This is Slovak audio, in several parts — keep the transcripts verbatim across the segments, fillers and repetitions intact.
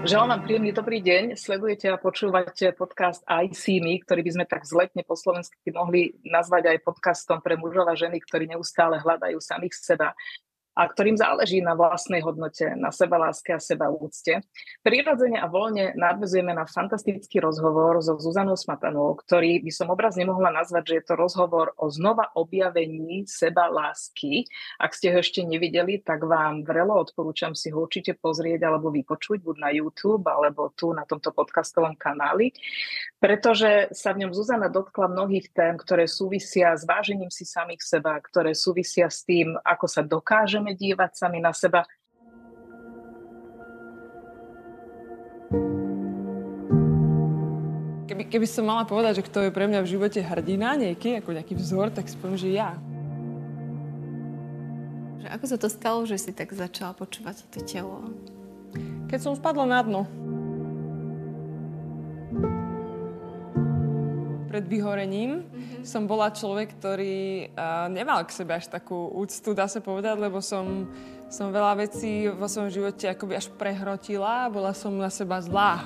Želám vám príjemný dobrý deň. Sledujete a počúvate podcast I See Me, ktorý by sme tak vzletne po slovensky mohli nazvať aj podcastom pre mužov a ženy, ktorí neustále hľadajú samých seba a ktorým záleží na vlastnej hodnote, na sebaláske a sebaúcte. Prirodzene a voľne nadväzujeme na fantastický rozhovor so Zuzanou Smatanovou, ktorý by som obrazne mohla nazvať, že je to rozhovor o znova objavení sebalásky. Ak ste ho ešte nevideli, tak vám vrelo odporúčam si ho určite pozrieť alebo vypočuť, buď na YouTube, alebo tu na tomto podcastovom kanáli, pretože sa v ňom Zuzana dotkla mnohých tém, ktoré súvisia s vážením si samých seba, ktoré súvisia s tým, ako sa dokážeme dívať sami na seba. Keby, keby som mala povedať, že kto je pre mňa v živote hrdina, nieký, ako nejaký vzor, tak si poviem, že ja. Že ako sa to stalo, že si tak začala počúvať to telo? Keď som spadla na dno. Pred vyhorením mm-hmm. som bola človek, ktorý uh, nemal k sebe až takú úctu, dá sa povedať, lebo som, som veľa vecí vo svojom živote akoby až prehrotila a bola som na seba zlá.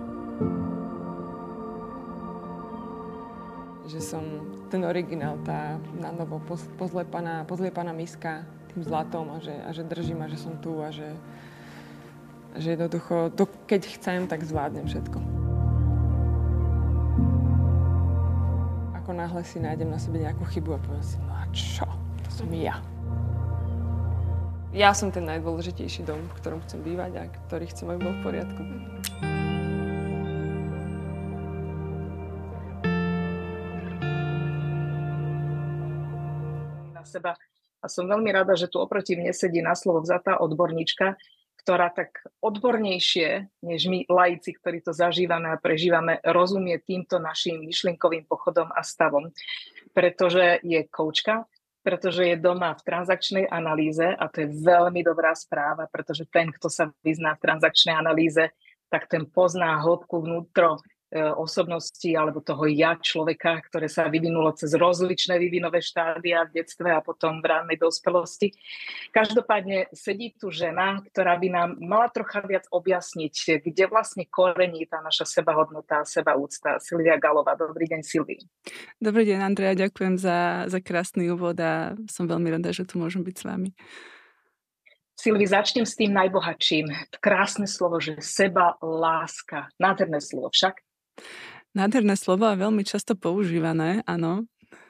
Že som ten originál, tá na novo pozlepaná, pozlepaná miska tým zlatom a že, a že držím a že som tu a že, že jednoducho, to, keď chcem, tak zvládnem všetko. Ako náhle si nájdem na sebe nejakú chybu a poviem si, no a čo? To som ja. Ja som ten najdôležitejší dom, v ktorom chcem bývať a ktorý chcem, aby bol v poriadku. Na seba. A som veľmi rada, že tu oproti mne sedí na slovo vzatá odborníčka, ktorá tak odbornejšie, než my laici, ktorí to zažívame a prežívame, rozumie týmto našim myšlienkovým pochodom a stavom. Pretože je koučka, pretože je doma v transakčnej analýze a to je veľmi dobrá správa, pretože ten, kto sa vyzná v transakčnej analýze, tak ten pozná hĺbku vnútro osobnosti alebo toho ja človeka, ktoré sa vyvinulo cez rozličné vývinové štádia v detstve a potom v rannej dospelosti. Každopádne sedí tu žena, ktorá by nám mala trocha viac objasniť, kde vlastne korení tá naša sebahodnota a sebaúcta. Silvia Galová. Dobrý deň, Silvi. Dobrý deň, Andrea. Ďakujem za, za krásny úvod a som veľmi rada, že tu môžem byť s vami. Silvi, začnem s tým najbohatším. Krásne slovo, že sebaláska. Nádherné slovo však. Nádherné slovo a veľmi často používané, áno.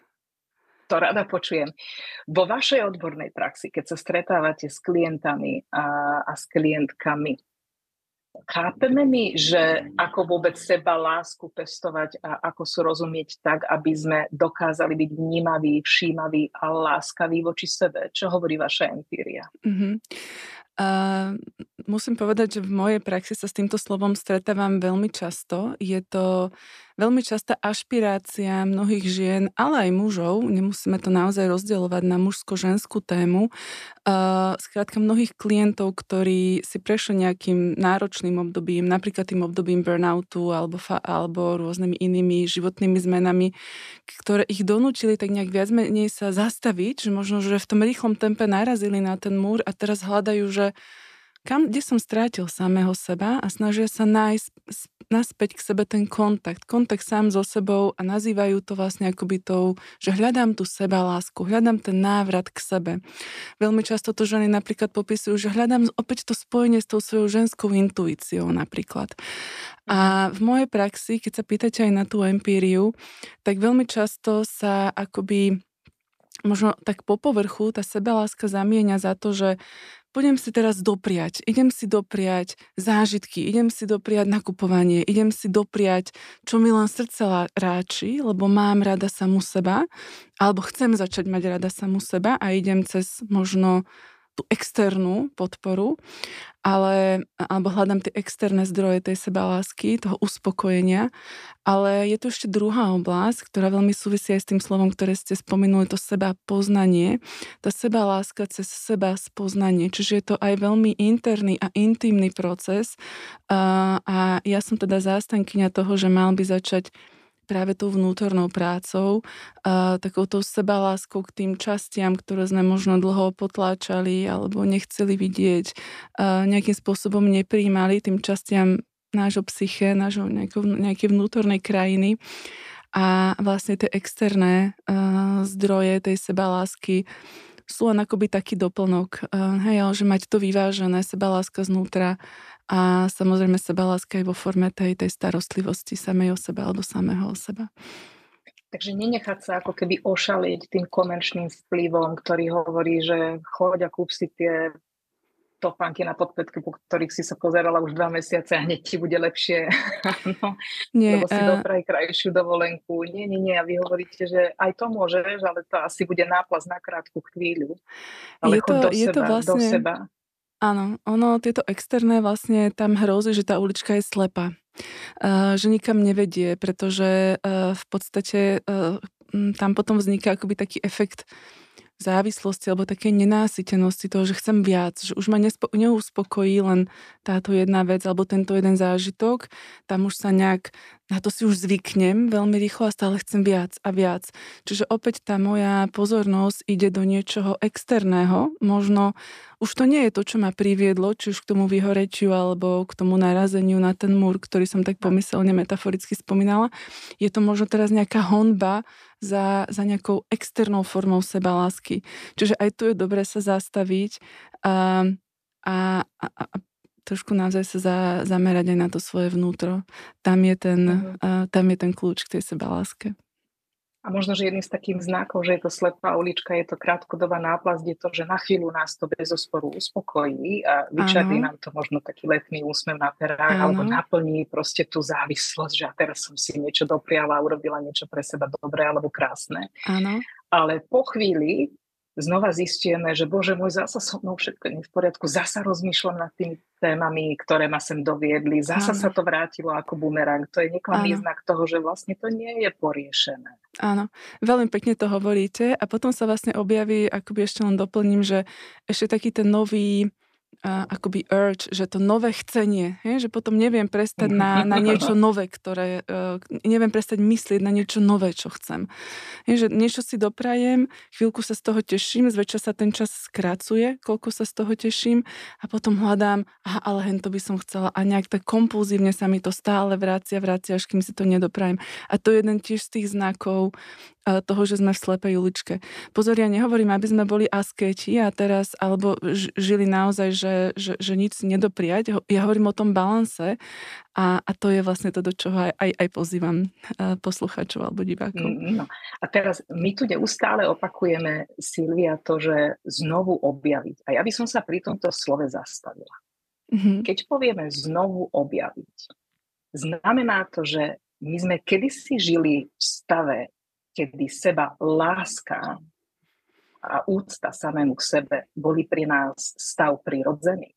To rada počujem. Vo vašej odbornej praxi, keď sa stretávate s klientami a, a s klientkami, chápeme my, že ako vôbec seba lásku pestovať a ako sú rozumieť tak, aby sme dokázali byť vnímaví, všímaví a láskaví voči sebe? Čo hovorí vaša empíria? Uh-huh. Uh, musím povedať, že v mojej praxi sa s týmto slovom stretávam veľmi často. Je to veľmi častá ašpirácia mnohých žien, ale aj mužov. Nemusíme to naozaj rozdielovať na mužsko-ženskú tému. Uh, skrátka mnohých klientov, ktorí si prešli nejakým náročným obdobím, napríklad tým obdobím burnoutu alebo, fa- alebo rôznymi inými životnými zmenami, ktoré ich donútili tak nejak viac menej sa zastaviť, že možno, že v tom rýchlom tempe narazili na ten múr a teraz hľadajú, že kam, kde som strátil samého seba a snažia sa nájsť naspäť k sebe ten kontakt. Kontakt sám so sebou a nazývajú to vlastne akoby tou, že hľadám tú sebalásku, hľadám ten návrat k sebe. Veľmi často to ženy napríklad popisujú, že hľadám opäť to spojenie s tou svojou ženskou intuíciou napríklad. A v mojej praxi, keď sa pýtate aj na tú empíriu, tak veľmi často sa akoby možno tak po povrchu tá sebaláska zamieňa za to, že budem si teraz dopriať, idem si dopriať zážitky, idem si dopriať nakupovanie, idem si dopriať, čo mi len srdce ráči, lebo mám rada samu seba, alebo chcem začať mať rada samu seba a idem cez možno tú externú podporu, ale, alebo hľadám tie externé zdroje tej sebalásky, toho uspokojenia. Ale je tu ešte druhá oblasť, ktorá veľmi súvisí aj s tým slovom, ktoré ste spomenuli, to seba poznanie. Tá sebaláska cez seba spoznanie. Čiže je to aj veľmi interný a intimný proces. A, a ja som teda zástankyňa toho, že mal by začať práve tou vnútornou prácou, uh, takoutou sebaláskou k tým častiam, ktoré sme možno dlho potláčali alebo nechceli vidieť, uh, nejakým spôsobom nepríjmali tým častiam nášho psyché, nášho nejakej vnútornej krajiny. A vlastne tie externé uh, zdroje tej sebalásky sú len akoby taký doplnok. Uh, hej, ale že mať to vyvážené, sebaláska znútra a samozrejme sebaláska aj vo forme tej, tej starostlivosti samej o seba alebo samého o seba. Takže nenechať sa ako keby ošalieť tým komerčným vplyvom, ktorý hovorí, že choď a kúp si tie topánky na podpätky, po ktorých si sa pozerala už dva mesiace a hneď ti bude lepšie. No, nie, lebo si uh... dopraj krajšiu dovolenku. Nie, nie, nie. A vy hovoríte, že aj to môžeš, ale to asi bude náplast na krátku chvíľu. Ale je choď to, do je seba, to vlastne, do seba. Áno, ono, tieto externé vlastne tam hrozí, že tá ulička je slepá. Uh, že nikam nevedie, pretože uh, v podstate uh, tam potom vzniká akoby taký efekt závislosti alebo takej nenásytenosti toho, že chcem viac, že už ma nespo- neuspokojí len táto jedna vec alebo tento jeden zážitok, tam už sa nejak, na to si už zvyknem veľmi rýchlo a stále chcem viac a viac. Čiže opäť tá moja pozornosť ide do niečoho externého, možno už to nie je to, čo ma priviedlo, či už k tomu vyhorečiu alebo k tomu narazeniu na ten múr, ktorý som tak pomyselne metaforicky spomínala. Je to možno teraz nejaká honba za, za nejakou externou formou sebalásky. Čiže aj tu je dobré sa zastaviť a, a, a, a trošku naozaj sa za, zamerať aj na to svoje vnútro. Tam je ten, uh-huh. uh, tam je ten kľúč k tej sebaláske. A možno, že jedným z takých znakov, že je to slepá ulička, je to krátkodobá náplasť, je to, že na chvíľu nás to bezosporu uspokojí a vyčarní nám to možno taký letný úsmev na perách, alebo naplní proste tú závislosť, že a teraz som si niečo dopriala, urobila niečo pre seba dobré alebo krásne. Áno. Ale po chvíli znova zistíme, že bože môj, zasa so mnou všetko nie v poriadku, zasa rozmýšľam nad tými témami, ktoré ma sem doviedli, zasa Áno. sa to vrátilo ako bumerang. To je neklamný znak toho, že vlastne to nie je poriešené. Áno, veľmi pekne to hovoríte a potom sa vlastne objaví, akoby ešte len doplním, že ešte taký ten nový Uh, akoby urge, že to nové chcenie, he? Že potom neviem prestať na, na niečo nové, ktoré, uh, neviem prestať myslieť na niečo nové, čo chcem. He? Že niečo si doprajem, chvíľku sa z toho teším, zväčša sa ten čas skracuje, koľko sa z toho teším a potom hľadám, aha, ale hen to by som chcela a nejak tak kompulzívne sa mi to stále vracia, vracia, až kým si to nedoprajem. A to je jeden tiež z tých znakov toho, že sme v slepej uličke. Pozor, ja nehovorím, aby sme boli askéti a teraz, alebo žili naozaj, že, že, že nič nedopriať. Ja hovorím o tom balanse a, a to je vlastne to, do čoho aj, aj, aj pozývam poslucháčov alebo divákov. No. A teraz my tu neustále opakujeme, Silvia, to, že znovu objaviť. A ja by som sa pri tomto slove zastavila. Mm-hmm. Keď povieme znovu objaviť, znamená to, že my sme kedysi žili v stave, kedy seba láska a úcta samému k sebe boli pri nás stav prirodzený?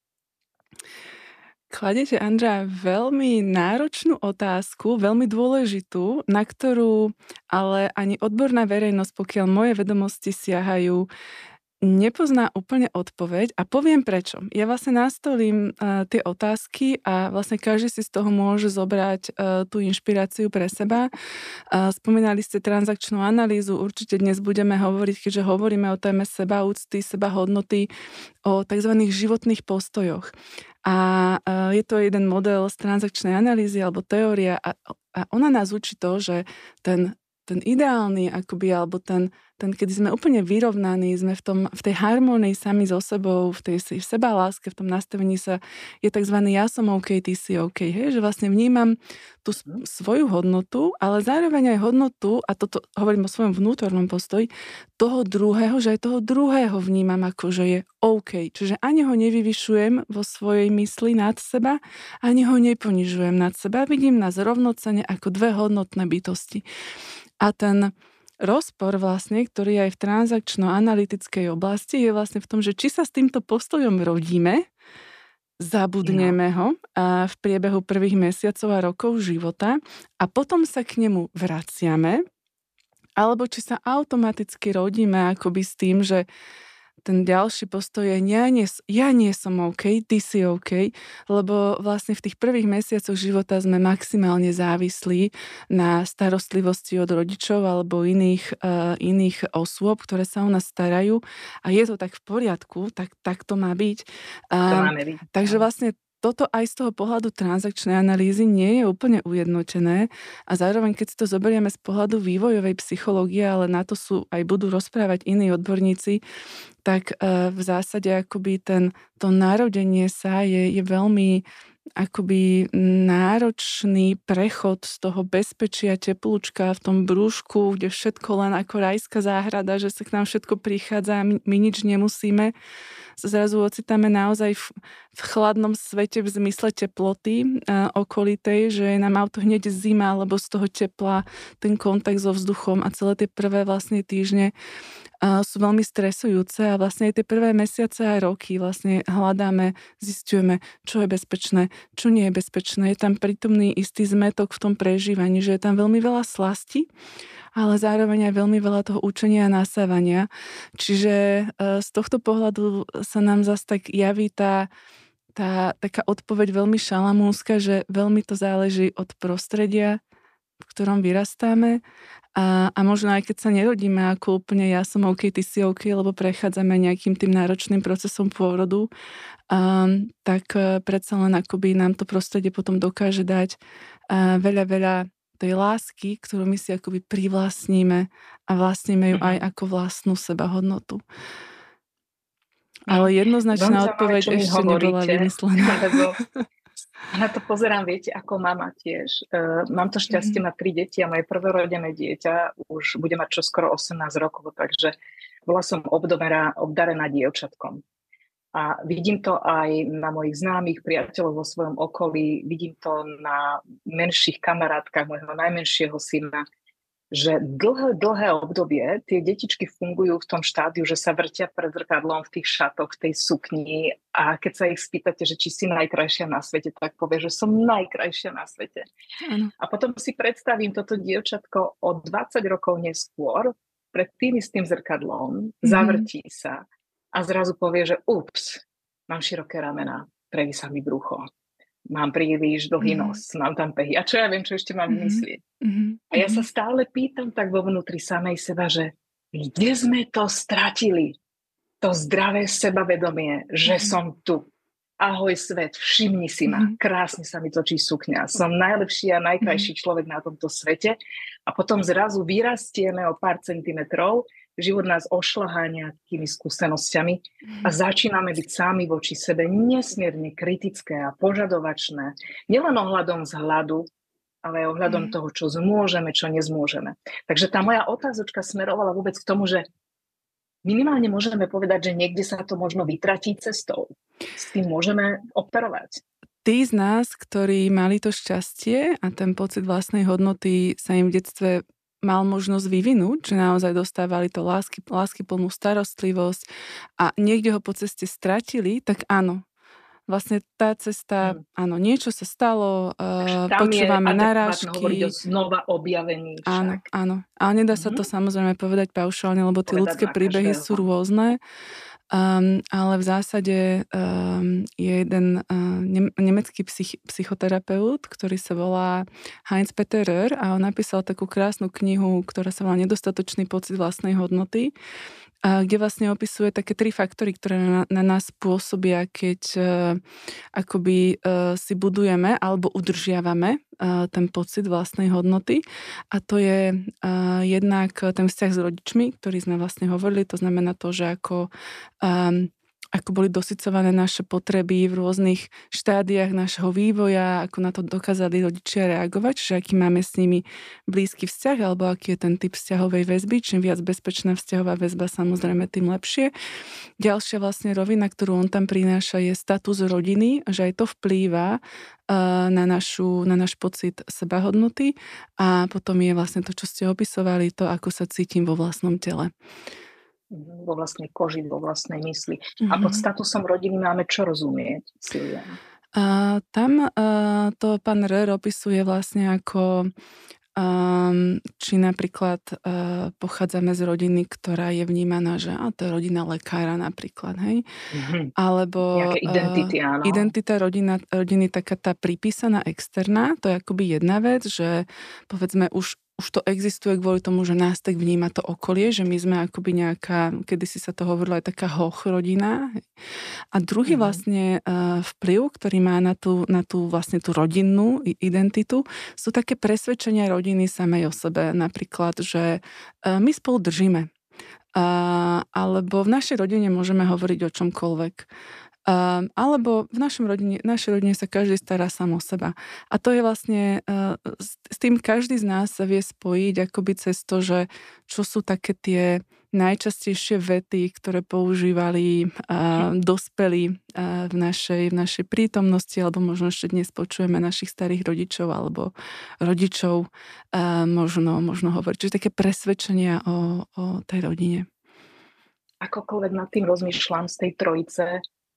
Kladete, Andrea, veľmi náročnú otázku, veľmi dôležitú, na ktorú ale ani odborná verejnosť, pokiaľ moje vedomosti siahajú, nepozná úplne odpoveď a poviem prečo. Ja vlastne nastolím uh, tie otázky a vlastne každý si z toho môže zobrať uh, tú inšpiráciu pre seba. Uh, spomínali ste transakčnú analýzu, určite dnes budeme hovoriť, keďže hovoríme o téme sebaúcty, sebahodnoty, o tzv. Životných postojoch. A uh, je to jeden model z transakčnej analýzy alebo teória a, a ona nás učí to, že ten ten ideálny, akoby, alebo ten, ten, kedy sme úplne vyrovnaní, sme v, tom, v tej harmónii sami so sebou, v tej v sebaláske, v tom nastavení sa, je tzv. Ja som OK, ty si OK, hej? Že vlastne vnímam tú svoju hodnotu, ale zároveň aj hodnotu, a toto hovorím o svojom vnútornom postoji, toho druhého, že aj toho druhého vnímam ako, že je OK. Čiže ani ho nevyvyšujem vo svojej mysli nad seba, ani ho neponižujem nad seba. Vidím nás rovnocene ako dve hodnotné bytosti. A ten rozpor vlastne, ktorý je aj v transakčno-analytickej oblasti, je vlastne v tom, že či sa s týmto postojom rodíme, zabudneme ho a v priebehu prvých mesiacov a rokov života a potom sa k nemu vraciame, alebo či sa automaticky rodíme akoby s tým, že ten ďalší postoj je ja nie, ja nie som OK, ty si OK, lebo vlastne v tých prvých mesiacoch života sme maximálne závislí na starostlivosti od rodičov alebo iných, uh, iných osôb, ktoré sa o nás starajú a je to tak v poriadku, tak, tak to má byť. To Um, máme byť. takže vlastne toto aj z toho pohľadu transakčnej analýzy nie je úplne ujednotené a zároveň, keď si to zoberieme z pohľadu vývojovej psychológie, ale na to sú aj budú rozprávať iní odborníci, tak uh, v zásade akoby ten, to narodenie sa je, je veľmi akoby náročný prechod z toho bezpečia teplúčka v tom brúšku, kde všetko len ako rajská záhrada, že sa k nám všetko prichádza a my, my nič nemusíme. Zrazu ocitáme naozaj v, v chladnom svete v zmysle teploty a okolitej, že je nám auto hneď zima, lebo z toho tepla ten kontakt so vzduchom a celé tie prvé vlastne týždne a sú veľmi stresujúce a vlastne aj tie prvé mesiace a roky vlastne hľadáme, zisťujeme, čo je bezpečné, čo nie je bezpečné. Je tam prítomný istý zmätok v tom prežívaní, že je tam veľmi veľa slasti, ale zároveň aj veľmi veľa toho učenia a nasávania. Čiže z tohto pohľadu sa nám zase tak javí tá, tá taká odpoveď veľmi šalamúnska, že veľmi to záleží od prostredia, v ktorom vyrastáme a, a možno aj keď sa nerodíme ako úplne ja som OK, ty si OK, lebo prechádzame nejakým tým náročným procesom pôrodu, um, tak uh, predsa len akoby nám to prostredie potom dokáže dať uh, veľa, veľa tej lásky, ktorú my si akoby privlastníme a vlastníme ju aj ako vlastnú sebahodnotu. Ale jednoznačná odpoveď ešte nebola vymyslená. Na to pozerám, viete, ako mama tiež. Uh, mám to šťastie, mm. mať tri deti a moje prvorodené dieťa už bude mať čoskoro osemnásť rokov, takže bola som obdarená, obdarená dievčatkom. A vidím to aj na mojich známych priateľov vo svojom okolí, vidím to na menších kamarátkach môjho najmenšieho syna, že dlhé, dlhé obdobie tie detičky fungujú v tom štádiu, že sa vrtia pred zrkadlom v tých šatoch, v tej sukni a keď sa ich spýtate, že či si najkrajšia na svete, tak povie, že som najkrajšia na svete. Ano. A potom si predstavím toto dievčatko o dvadsať rokov neskôr pred tým istým zrkadlom, mm-hmm. zavrtí sa a zrazu povie, že ups, mám široké ramená, preví sa mi brucho. Mám príliš dlhý mm-hmm. nos, mám tam pehy. A čo ja viem, čo ešte mám mm-hmm. vymyslieť. Mm-hmm. A ja sa stále pýtam tak vo vnútri samej seba, že kde sme to stratili? To zdravé sebavedomie, že mm-hmm. som tu. Ahoj svet, všimni si ma. Mm-hmm. Krásne sa mi točí sukňa. Som najlepší a najkrajší mm-hmm. človek na tomto svete. A potom zrazu vyrastieme o pár centimetrov, život nás ošľahá nejakými skúsenosťami a začíname byť sami voči sebe nesmierne kritické a požadovačné. Nielen ohľadom vzhľadu, ale aj ohľadom mm. toho, čo zmôžeme, čo nezmôžeme. Takže tá moja otázočka smerovala vôbec k tomu, že minimálne môžeme povedať, že niekde sa to možno vytratí cestou. S tým môžeme operovať. Tí z nás, ktorí mali to šťastie a ten pocit vlastnej hodnoty sa im v detstve mal možnosť vyvinúť, že naozaj dostávali to lásky, lásky plnú starostlivosť a niekde ho po ceste stratili, tak áno. Vlastne tá cesta, hmm. áno, niečo sa stalo, uh, počúvame narážky. O znova objavení však. Áno, áno. Ale nedá sa mm-hmm. to samozrejme povedať paušálne, lebo tie ľudské príbehy sú rôzne. Um, ale v zásade um, je jeden uh, ne- nemecký psych- psychoterapeut, ktorý sa volá Heinz-Peter Röhr a on napísal takú krásnu knihu, ktorá sa volá Nedostatočný pocit vlastnej hodnoty, a kde vlastne opisuje také tri faktory, ktoré na, na nás pôsobia, keď uh, akoby uh, si budujeme alebo udržiavame uh, ten pocit vlastnej hodnoty. A to je uh, jednak ten vzťah s rodičmi, ktorý sme vlastne hovorili. To znamená to, že ako, um, ako boli dosycované naše potreby v rôznych štádiách našeho vývoja, ako na to dokázali rodičia reagovať, že aký máme s nimi blízky vzťah, alebo aký je ten typ vzťahovej väzby. Čím viac bezpečná vzťahová väzba, samozrejme, tým lepšie. Ďalšia vlastne rovina, ktorú on tam prináša, je status rodiny, že aj to vplýva uh, na, našu, na náš pocit sebahodnoty a potom je vlastne to, čo ste opisovali, to, ako sa cítim vo vlastnom tele. Vo vlastnej koži, vo vlastnej mysli. Mm-hmm. A pod statusom rodiny máme čo rozumieť, Silvia? Uh, tam uh, to pán Röhr opisuje vlastne ako Um, či napríklad uh, pochádzame z rodiny, ktorá je vnímaná, že a to je rodina lekára napríklad, hej? Mhm. Alebo Nejaké identity, uh, áno. identita rodina, rodiny, taká tá pripísaná externá, to je akoby jedna vec, že povedzme už už to existuje kvôli tomu, že nás tak vníma to okolie, že my sme akoby nejaká, kedysi sa to hovorilo aj taká hoch rodina. A druhý Mhm. vlastne uh, vplyv, ktorý má na tú, na tú vlastne tú rodinnú i- identitu, sú také presvedčenia rodiny samej o sebe. Napríklad, že uh, my spolu držíme. Uh, alebo v našej rodine môžeme hovoriť o čomkoľvek. Um, alebo v našom rodine, našej rodine sa každý stará sám o seba. A to je vlastne, uh, s, s tým každý z nás sa vie spojiť akoby cez to, že čo sú také tie najčastejšie vety, ktoré používali uh, dospelí uh, v, našej, v našej prítomnosti, alebo možno ešte dnes počujeme našich starých rodičov alebo rodičov uh, možno, možno hovoriť. Čiže také presvedčenia o, o tej rodine. Akokoľvek nad tým rozmýšľam z tej trojice,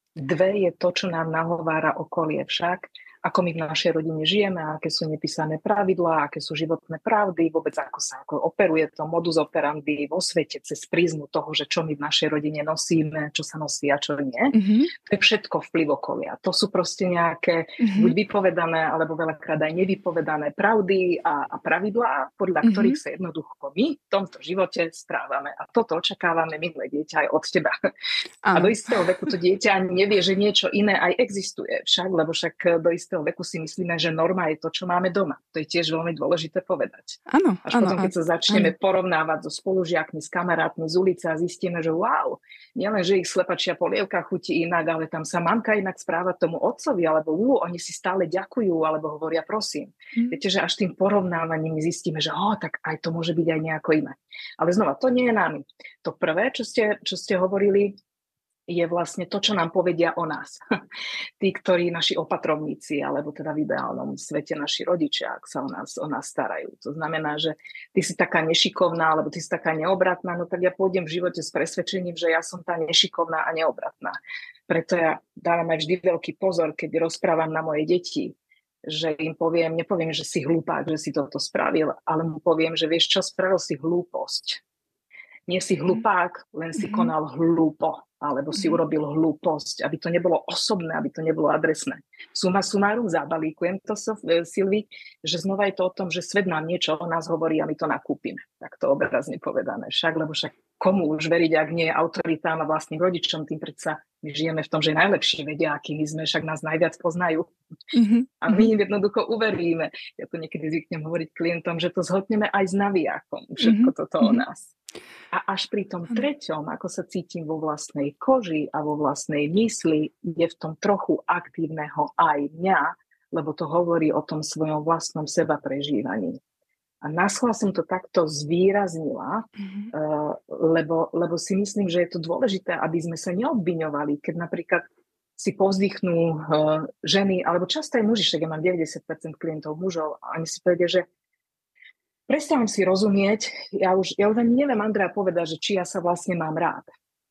dve je to, čo nám nahovára okolie však, ako my v našej rodine žijeme, aké sú nepísané pravidlá, aké sú životné pravdy, vôbec ako sa ako operuje to modus operandi vo svete cez prízmu toho, že čo my v našej rodine nosíme, čo sa nosí a čo nie. Mm-hmm. To je všetko vplyv okolia. To sú proste nejaké Mm-hmm. buď vypovedané, alebo veľakrát aj nevypovedané pravdy a, a pravidlá, podľa Mm-hmm. ktorých sa jednoducho my v tomto živote správame. A toto očakávame milé dieťa aj od teba. A do istého veku to dieťa ani nevie, že niečo iné aj existuje však, lebo však do istého veku si myslíme, že norma je to, čo máme doma. To je tiež veľmi dôležité povedať. Áno, Až áno, potom, keď áno, sa začneme áno. porovnávať so spolužiakmi, s kamarátmi z ulice a zistíme, že wow, nielen, že ich slepačia polievka chutí inak, ale tam sa mamka inak správa tomu otcovi, alebo ú, oni si stále ďakujú, alebo hovoria prosím. Mm. Viete, že až tým porovnávaním zistíme, že oh, tak aj to môže byť aj nejako iné. Ale znova, to nie je nami. To prvé, čo ste, čo ste hovorili, je vlastne to, čo nám povedia o nás. Tí, ktorí naši opatrovníci, alebo teda v ideálnom svete naši rodičia, ak sa o nás, o nás starajú. To znamená, že ty si taká nešikovná, alebo ty si taká neobratná, no tak ja pôjdem v živote s presvedčením, že ja som tá nešikovná a neobratná. Preto ja dávam aj vždy veľký pozor, keď rozprávam na moje deti, že im poviem, nepoviem, že si hlúpák, že si toto spravil, ale mu poviem, že vieš čo, spravil si hlúposť. Nie si hlupák, len si konal hlúpo, alebo si urobil hlúposť, aby to nebolo osobné, aby to nebolo adresné. Suma sumárum zabalíkujem to, Silvi, že znova je to o tom, že svet nám niečo o nás hovorí a my to nakúpime. Tak to obrazne povedané. Však, lebo však komu už veriť, ak nie autoritám a vlastným rodičom, tým predsa my žijeme v tom, že najlepšie vedia, akými sme, však nás najviac poznajú. Mm-hmm. A my im jednoducho uveríme. Ja to niekedy zvyknem hovoriť klientom, že to zhodneme aj s navijákom, všetko mm-hmm. toto o nás. A až pri tom treťom, ako sa cítim vo vlastnej koži a vo vlastnej mysli, je v tom trochu aktívneho aj mňa, lebo to hovorí o tom svojom vlastnom seba prežívaní. A naschvál som to takto zvýraznila, mm-hmm. uh, lebo, lebo si myslím, že je to dôležité, aby sme sa neobviňovali, keď napríklad si povzdychnú uh, ženy, alebo často aj muži, však ja mám deväťdesiat percent klientov mužov, a oni si povedia, že prestávam si rozumieť, ja už, ja už ani neviem, Andrea, povedať, že či ja sa vlastne mám rád.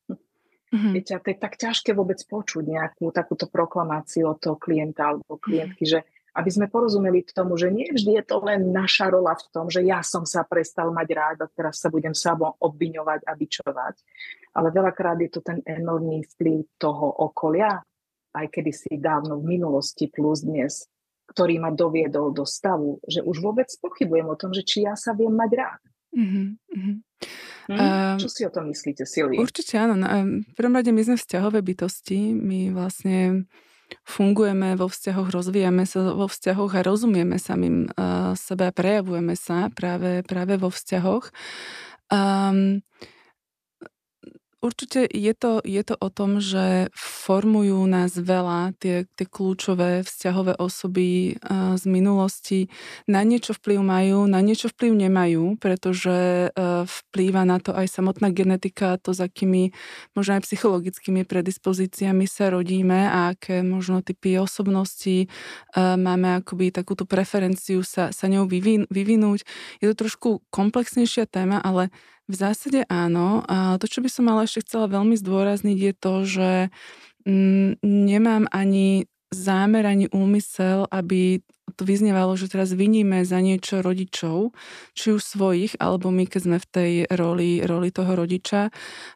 Mm-hmm. Viete, to je tak ťažké vôbec počuť nejakú takúto proklamáciu od toho klienta alebo klientky, mm-hmm. že aby sme porozumeli tomu, že nie vždy je to len naša rola v tom, že ja som sa prestal mať rád a teraz sa budem sabo obviňovať a bičovať. Ale veľakrát je to ten enormný vplyv toho okolia, aj kedysi dávno v minulosti plus dnes, ktorý ma doviedol do stavu, že už vôbec pochybujem o tom, že či ja sa viem mať rád. Mm-hmm. Hm? Um, Čo si o tom myslíte, Silvi? Určite áno. V prvom rade my sme vzťahové bytosti. My vlastne fungujeme vo vzťahoch, rozvíjame sa vo vzťahoch a rozumieme samým uh, sebe a prejavujeme sa práve, práve vo vzťahoch. Um, Určite je to, je to o tom, že formujú nás veľa tie, tie kľúčové vzťahové osoby uh, z minulosti. Na niečo vplyv majú, na niečo vplyv nemajú, pretože uh, vplýva na to aj samotná genetika, to, s akými možno aj psychologickými predispozíciami sa rodíme a aké možno typy osobností uh, máme akoby takúto preferenciu sa, sa ňou vyvin, vyvinúť. Je to trošku komplexnejšia téma, ale v zásade áno. A to, čo by som ale ešte chcela veľmi zdôrazniť, je to, že mm, nemám ani zámer, ani úmysel, aby to vyznievalo, že teraz viníme za niečo rodičov, či už svojich, alebo my, keď sme v tej roli, roli toho rodiča.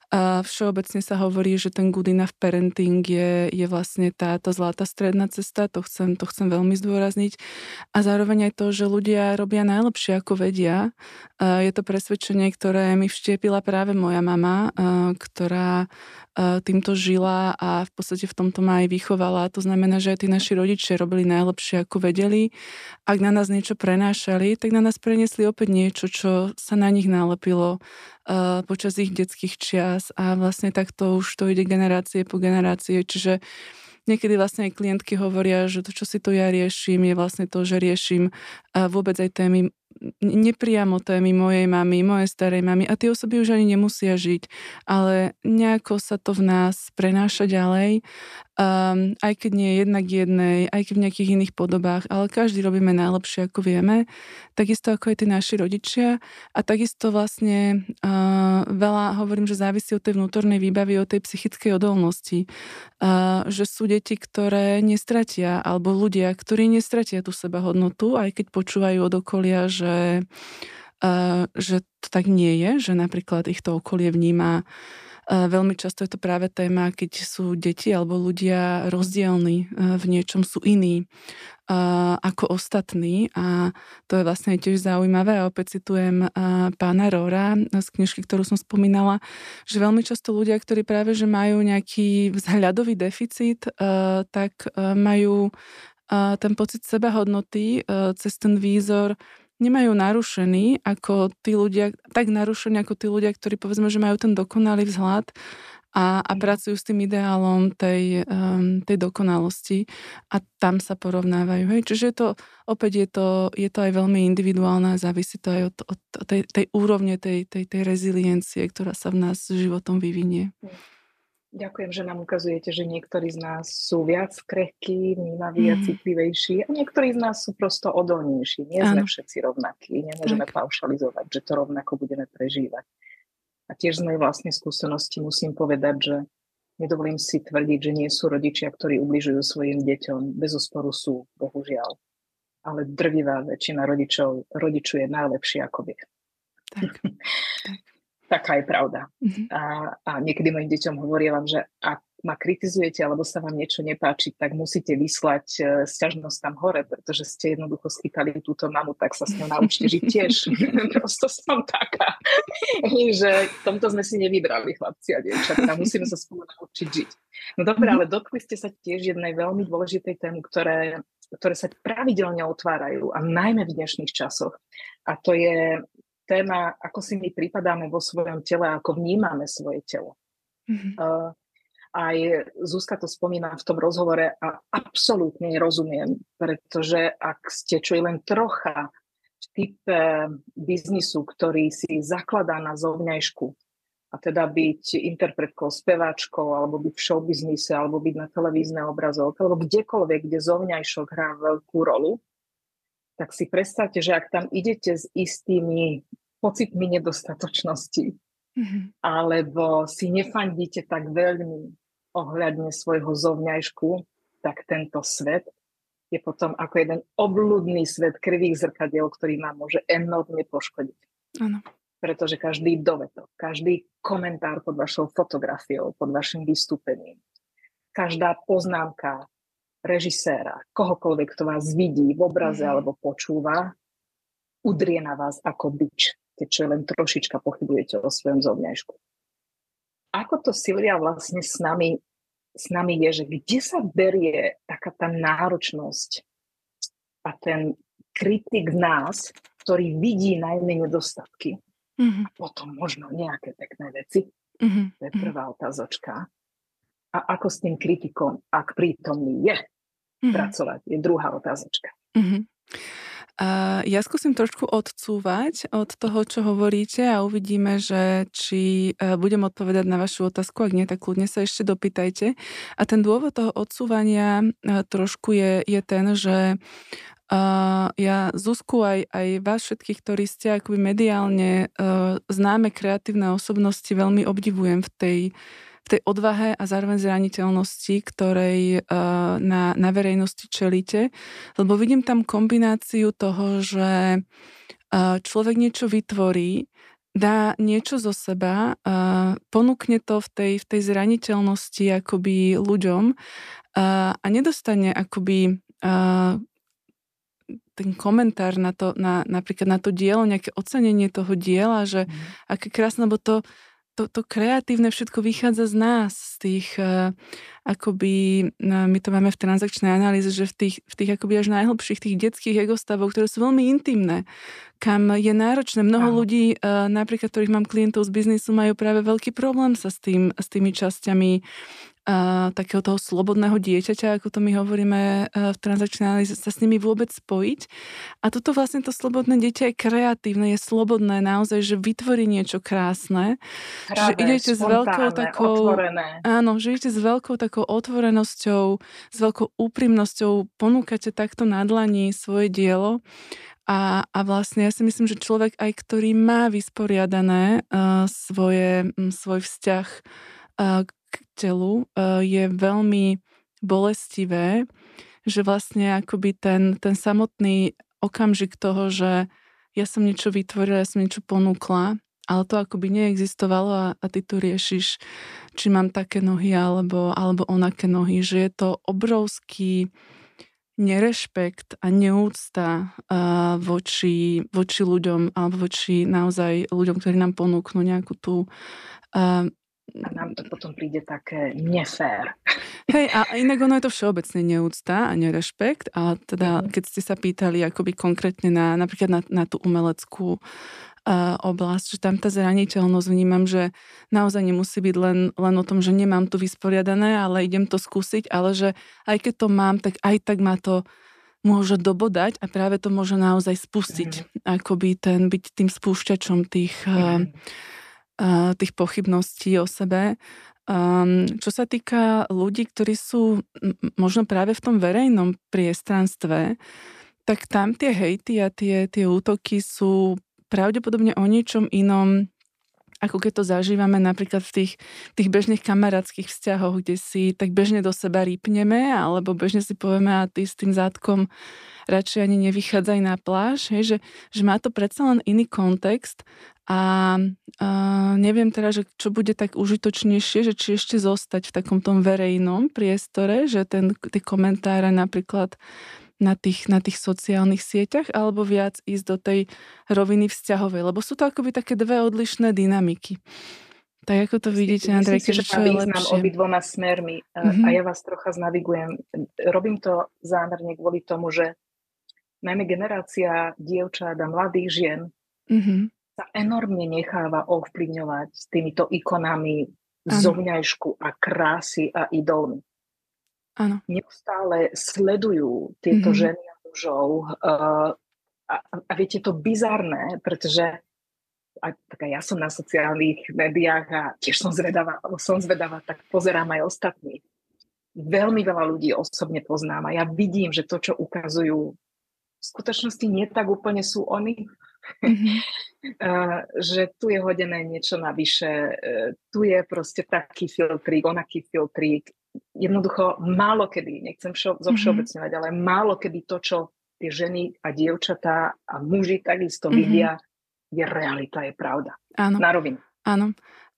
A všeobecne sa hovorí, že ten good enough parenting je, je vlastne táto zlatá stredná cesta, to chcem, to chcem veľmi zdôrazniť. A zároveň aj to, že ľudia robia najlepšie, ako vedia. A je to presvedčenie, ktoré mi vštiepila práve moja mama, ktorá týmto žila a v podstate v tomto ma aj vychovala. To znamená, že aj tí naši rodičia robili najlepšie, ako vedeli. Ak na nás niečo prenášali, tak na nás preniesli opäť niečo, čo sa na nich nalepilo uh, počas ich detských čias a vlastne takto už to ide generácie po generácie. Čiže niekedy vlastne aj klientky hovoria, že to, čo si to ja riešim, je vlastne to, že riešim uh, vôbec aj témy nepriamo témy mojej mamy, mojej starej mamy a tie osoby už ani nemusia žiť, ale nejako sa to v nás prenáša ďalej, um, aj keď nie jednak jednej, aj keď v nejakých iných podobách, ale každý robíme najlepšie, ako vieme, takisto ako aj tí naši rodičia a takisto vlastne uh, veľa, hovorím, že závisí od tej vnútornej výbavy, od tej psychickej odolnosti, uh, že sú deti, ktoré nestratia, alebo ľudia, ktorí nestratia tú sebahodnotu, aj keď počúvajú od okolia, že Že, uh, že to tak nie je, že napríklad ich to okolie vníma. Uh, veľmi často je to práve téma, keď sú deti alebo ľudia rozdielni uh, v niečom, sú iní uh, ako ostatní a to je vlastne tiež zaujímavé a opäť citujem uh, pána Rohra z knižky, ktorú som spomínala, že veľmi často ľudia, ktorí práve že majú nejaký vzhľadový deficit, uh, tak uh, majú uh, ten pocit sebahodnoty uh, cez ten výzor nemajú narušený ako tí ľudia, tak narušený ako tí ľudia, ktorí povedzme, že majú ten dokonalý vzhľad a, a pracujú s tým ideálom tej, um, tej dokonalosti a tam sa porovnávajú. Hej? Čiže je to, opäť je to, je to aj veľmi individuálne a závisí to aj od, od tej, tej úrovne, tej, tej, tej reziliencie, ktorá sa v nás životom vyvinie. Ďakujem, že nám ukazujete, že niektorí z nás sú viac krehkí, vnímaví a citlivejší a niektorí z nás sú prosto odolnejší. Nie sme všetci rovnakí, nemôžeme tak paušalizovať, že to rovnako budeme prežívať. A tiež z mojej vlastnej skúsenosti musím povedať, že nedovolím si tvrdiť, že nie sú rodičia, ktorí ubližujú svojim deťom. Bez úsporu sú, bohužiaľ. Ale drvivá väčšina rodičov rodičuje najlepšie, ako vie. Tak, tak. Taká je pravda. Mm-hmm. A, a niekedy mojim deťom hovorím, že ak ma kritizujete alebo sa vám niečo nepáči, tak musíte vyslať uh, sťažnosť tam hore, pretože ste jednoducho schytali túto mamu, tak sa s ňou naučte žiť tiež. Prosto som taká. Že v tomto sme si nevybrali, chlapci a dievčatá. Musíme sa spolu naučiť žiť. No dobre, ale dotkli ste sa tiež jednej veľmi dôležitej témy, ktoré, ktoré sa pravidelne otvárajú a najmä v dnešných časoch. A to je téma, ako si my pripadáme vo svojom tele, ako vnímame svoje telo. Mm-hmm. Uh, aj Zuzka to spomína v tom rozhovore a absolútne rozumiem, pretože ak ste čo len trocha v type biznisu, ktorý si zakladá na zovňajšku, a teda byť interpretkou, speváčkou, alebo byť v showbiznise, alebo byť na televíznej obrazovke, alebo kdekoľvek, kde zovňajšok hrá veľkú rolu, tak si predstavte, že ak tam idete s istými pocitmi nedostatočnosti, mm-hmm. alebo si nefandíte tak veľmi ohľadne svojho zovňajšku, tak tento svet je potom ako jeden obľudný svet krivých zrkadiel, ktorý nám môže enormne poškodiť. Áno. Pretože každý dovetok, každý komentár pod vašou fotografiou, pod vašim vystúpením, každá poznámka režiséra, kohokoľvek, kto vás vidí v obraze mm-hmm. alebo počúva, udrie na vás ako bič, keď čo len trošička pochybujete o svojom zovňajšku. Ako to, Silvia, vlastne s nami, s nami je, že kde sa berie taká tá náročnosť a ten kritik nás, ktorý vidí najmä nedostatky mm-hmm. a potom možno nejaké pekné veci? Mm-hmm. To je prvá otázočka. A ako s tým kritikom, ak prítomný je, mm-hmm. pracovať, je druhá otázočka. Mm-hmm. Uh, ja skúsim trošku odcúvať od toho, čo hovoríte a uvidíme, že či uh, budem odpovedať na vašu otázku, ak nie, tak kľudne sa ešte dopýtajte. A ten dôvod toho odsúvania uh, trošku je, je ten, že uh, ja Zuzku aj, aj vás všetkých, ktorí ste akoby mediálne uh, známe kreatívne osobnosti, veľmi obdivujem v tej v tej odvahe a zároveň zraniteľnosti, ktorej uh, na, na verejnosti čelíte. Lebo vidím tam kombináciu toho, že uh, človek niečo vytvorí, dá niečo zo seba, uh, ponúkne to v tej, v tej zraniteľnosti akoby ľuďom uh, a nedostane akoby uh, ten komentár na to, na, napríklad na to dielo, nejaké ocenenie toho diela, že mm. aké krásne, lebo to, to, to kreatívne všetko vychádza z nás, z tých uh, akoby, no, my to máme v transakčnej analýze, že v tých, v tých akoby až najhlbších tých detských egostavov, ktoré sú veľmi intimné, kam je náročné. Mnoho Áno. ľudí, uh, napríklad, ktorých mám klientov z biznisu, majú práve veľký problém sa s tým, s tými časťami uh, takého toho slobodného dieťaťa, ako to my hovoríme uh, v transakčnej analýze, sa s nimi vôbec spojiť. A toto vlastne to slobodné dieťa je kreatívne, je slobodné naozaj, že vytvorí niečo krásne. Hravé, že idete s veľkou takou... otvorené. Áno, že idete s veľkou takou otvorenosťou, s veľkou úprimnosťou, ponúkate takto na dlani svoje dielo. A, a vlastne ja si myslím, že človek aj, ktorý má vysporiadané uh, svoje, um, svoj vzťah uh, k telu, uh, je veľmi bolestivé, že vlastne akoby ten, ten samotný okamžik toho, že ja som niečo vytvorila, ja som niečo ponúkla, ale to akoby neexistovalo a, a ty tu riešiš, či mám také nohy alebo, alebo onaké nohy, že je to obrovský nerešpekt a neúcta uh, voči, voči ľuďom alebo voči naozaj ľuďom, ktorí nám ponúknú nejakú tú... Uh, a nám to potom príde také nefér. Hej, a inak ono je to všeobecne neúcta a nerešpekt, a teda keď ste sa pýtali akoby konkrétne na, napríklad na, na tú umeleckú uh, oblasť, že tam tá zraniteľnosť vnímam, že naozaj nemusí byť len, len o tom, že nemám to vysporiadané, ale idem to skúsiť, ale že aj keď to mám, tak aj tak ma to môže dobodať a práve to môže naozaj spustiť, mm. akoby ten, byť tým spúšťačom tých, mm. uh, uh, tých pochybností o sebe. Um, čo sa týka ľudí, ktorí sú m- možno práve v tom verejnom priestranstve, tak tam tie hejty a tie, tie útoky sú pravdepodobne o niečom inom, ako keď to zažívame napríklad v tých, tých bežných kamarátskych vzťahoch, kde si tak bežne do seba rýpneme, alebo bežne si povieme, a ty s tým zátkom radšej ani nevychádzaj na pláž, hej, že, že má to predsa len iný kontext a, a neviem teda, že čo bude tak užitočnejšie, že či ešte zostať v takom tom verejnom priestore, že ten, tie komentáre napríklad na tých, na tých sociálnych sieťach, alebo viac ísť do tej roviny vzťahovej, lebo sú to akoby také dve odlišné dynamiky. Tak ako to vidíte, Andrej, že čo je lepšie? Myslím si, že obidvoma smermi mm-hmm. a ja vás trocha znavigujem. Robím to zámerne kvôli tomu, že najmä generácia dievčat a mladých žien mm-hmm. sa enormne necháva ovplyvňovať s týmito ikonami zovňajšku a krásy a idolmi. Áno. Neustále sledujú tieto mm-hmm. ženy a mužov uh, a, a viete, to bizarné, pretože aj, tak aj ja som na sociálnych médiách a tiež som zvedavá, som zvedavá, tak pozerám aj ostatní. Veľmi veľa ľudí osobne poznám a ja vidím, že to, čo ukazujú, v skutočnosti nie tak úplne sú oni. Mm-hmm. uh, že tu je hodené niečo navyše, uh, tu je proste taký filtrík, onaký filtrík. Jednoducho málo kedy, nechcem všo, zovšeobecňovať, ale málo kedy to, čo tie ženy a dievčatá a muži takisto mm-hmm. vidia, je realita, je pravda. Áno. Na rovinu. Áno.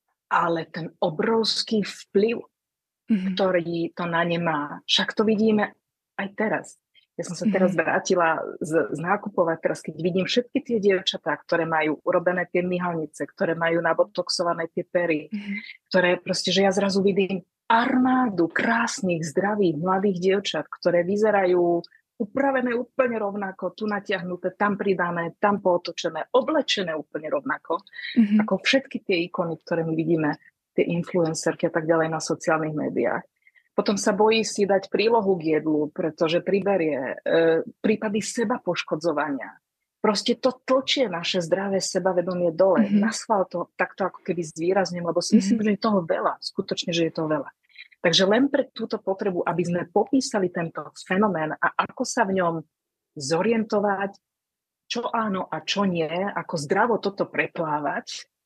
Ale ten obrovský vplyv, mm-hmm. ktorý to na ne má, však to vidíme aj teraz. Ja som sa teraz mm-hmm. vrátila z, z nákupovať, teraz keď vidím všetky tie dievčatá, ktoré majú urobené tie myhalnice, ktoré majú nabotoxované tie pery, mm-hmm. ktoré proste, že ja zrazu vidím armádu krásnych, zdravých, mladých dievčat, ktoré vyzerajú upravené úplne rovnako, tu natiahnuté, tam pridané, tam pootočené, oblečené úplne rovnako, mm-hmm. ako všetky tie ikony, ktoré my vidíme, tie influencerky a tak ďalej na sociálnych médiách. Potom sa bojí si dať prílohu k jedlu, pretože priberie e, prípady seba poškodzovania. Proste to tlčie naše zdravé sebavedomie dole. Mm-hmm. Naschvál to takto ako keby zvýrazním, lebo si myslím, mm-hmm. že je toho veľa. Skutočne, že je toho veľa. Takže len pre túto potrebu, aby sme popísali tento fenomén a ako sa v ňom zorientovať, čo áno a čo nie, ako zdravo toto preplávať,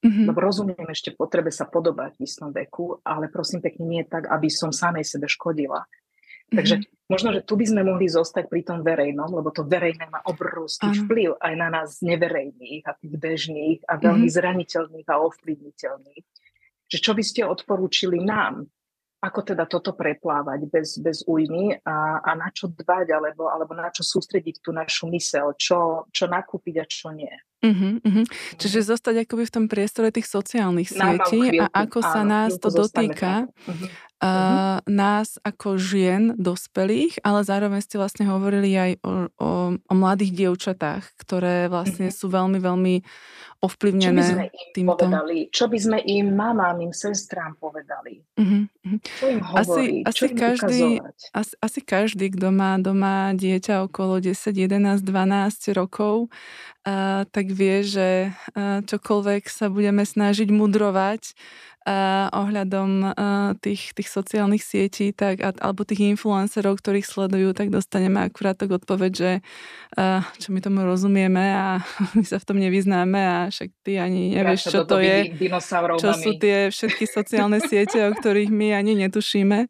Mhm. Lebo rozumiem ešte potrebe sa podobať v istom veku, ale prosím pekne nie tak, aby som samej sebe škodila. Takže Mhm. možno, že tu by sme mohli zostať pri tom verejnom, lebo to verejné má obrovský Áno. vplyv aj na nás neverejných a tých bežných a veľmi Mhm. zraniteľných a ovplyvniteľných. Že čo by ste odporúčili nám? Ako teda toto preplávať bez, bez újmy a, a na čo dbať, alebo, alebo na čo sústrediť tú našu myseľ, čo, čo nakúpiť a čo nie. Mhm, mhm. Čiže zostať akoby v tom priestore tých sociálnych Na malú sietí a chvíľku, ako sa áno, nás chvíľku to zostaňme dotýka, tam. Mhm. a Mhm. nás ako žien dospelých, ale zároveň ste vlastne hovorili aj o, o, o mladých dievčatách, ktoré vlastne Mhm. sú veľmi, veľmi Čo by sme ovplyvnené im týmto. povedali? Čo by sme im mamám, im sestrám povedali? Mhm, mhm. Čo im Asi, hovoriť? asi, Čo im každý, ukazovať? asi, asi každý, kto má doma dieťa okolo desať, jedenásť, dvanásť rokov, a, tak vie, že a, čokoľvek sa budeme snažiť mudrovať a, ohľadom a, tých, tých sociálnych sietí tak, a, alebo tých influencerov, ktorých sledujú, tak dostaneme akurát tak odpoveď, že a, čo my tomu rozumieme a my sa v tom nevyznáme a však ty ani nevieš, Vráť sa čo do to doby je, dinosaurov, čo sú mami. tie všetky sociálne siete, o ktorých my ani netušíme.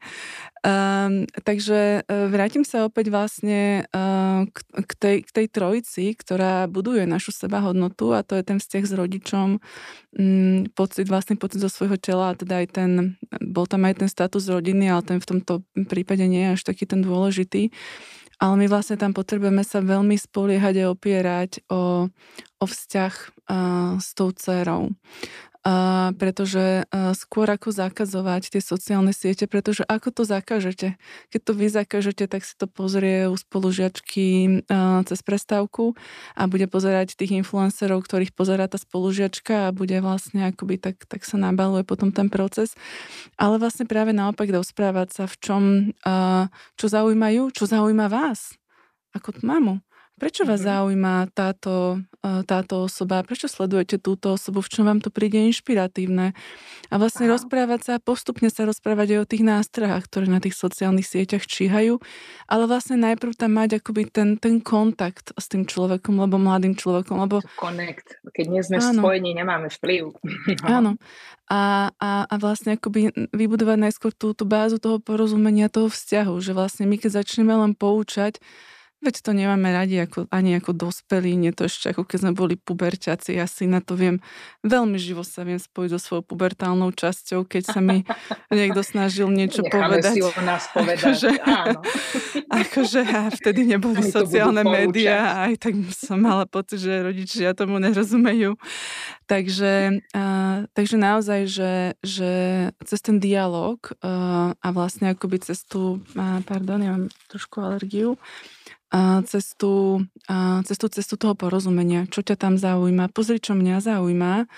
Um, takže uh, vrátim sa opäť vlastne uh, k, k, tej, k tej trojici, ktorá buduje našu sebahodnotu, a to je ten vzťah s rodičom, um, pocit, vlastný pocit zo svojho tela, a teda aj ten, bol tam aj ten status rodiny, ale ten v tomto prípade nie je až taký ten dôležitý. Ale my vlastne tam potrebujeme sa veľmi spoliehať a opierať o, o vzťah uh, s tou dcérou. Uh, pretože uh, skôr ako zakazovať tie sociálne siete, pretože ako to zakážete? Keď to vy zakážete, tak si to pozrie u spolužiačky uh, cez prestávku a bude pozerať tých influencerov, ktorých pozerá tá spolužiačka, a bude vlastne akoby tak, tak sa nabaluje potom ten proces. Ale vlastne práve naopak rozprávať sa, v čom, uh, čo zaujímajú, čo zaujíma vás ako mamu. Prečo vás Mhm. zaujíma táto, uh, táto osoba? Prečo sledujete túto osobu? V čom vám to príde inšpiratívne? A vlastne Aha. rozprávať sa, postupne sa rozprávať aj o tých nástrahách, ktoré na tých sociálnych sieťach číhajú, ale vlastne najprv tam mať akoby ten, ten kontakt s tým človekom, lebo mladým človekom, lebo To connect. Keď nie sme áno, spojení, nemáme vplyv. No. áno. A, a, a vlastne akoby vybudovať najskôr tú, tú bázu toho porozumenia, toho vzťahu, že vlastne my keď začneme len poučať, veď to nemáme radi ako, ani ako dospelí, nie to ešte ako keď sme boli puberťaci. Ja si na to viem, veľmi živo sa viem spojiť so svojou pubertálnou časťou, keď sa mi niekto snažil niečo Necháme povedať. si o nás povedať. Akože, Áno. akože a vtedy neboli Oni to budú sociálne poučať. médiá a aj tak som mala pocit, že rodičia tomu nerozumejú. Takže, uh, takže naozaj, že, že cez ten dialog uh, a vlastne akoby cez tú, uh, pardon, ja mám trošku alergiu, a cez tú, a cez tú cestu toho porozumenia, čo ťa tam zaujíma, pozri, čo mňa zaujíma, a,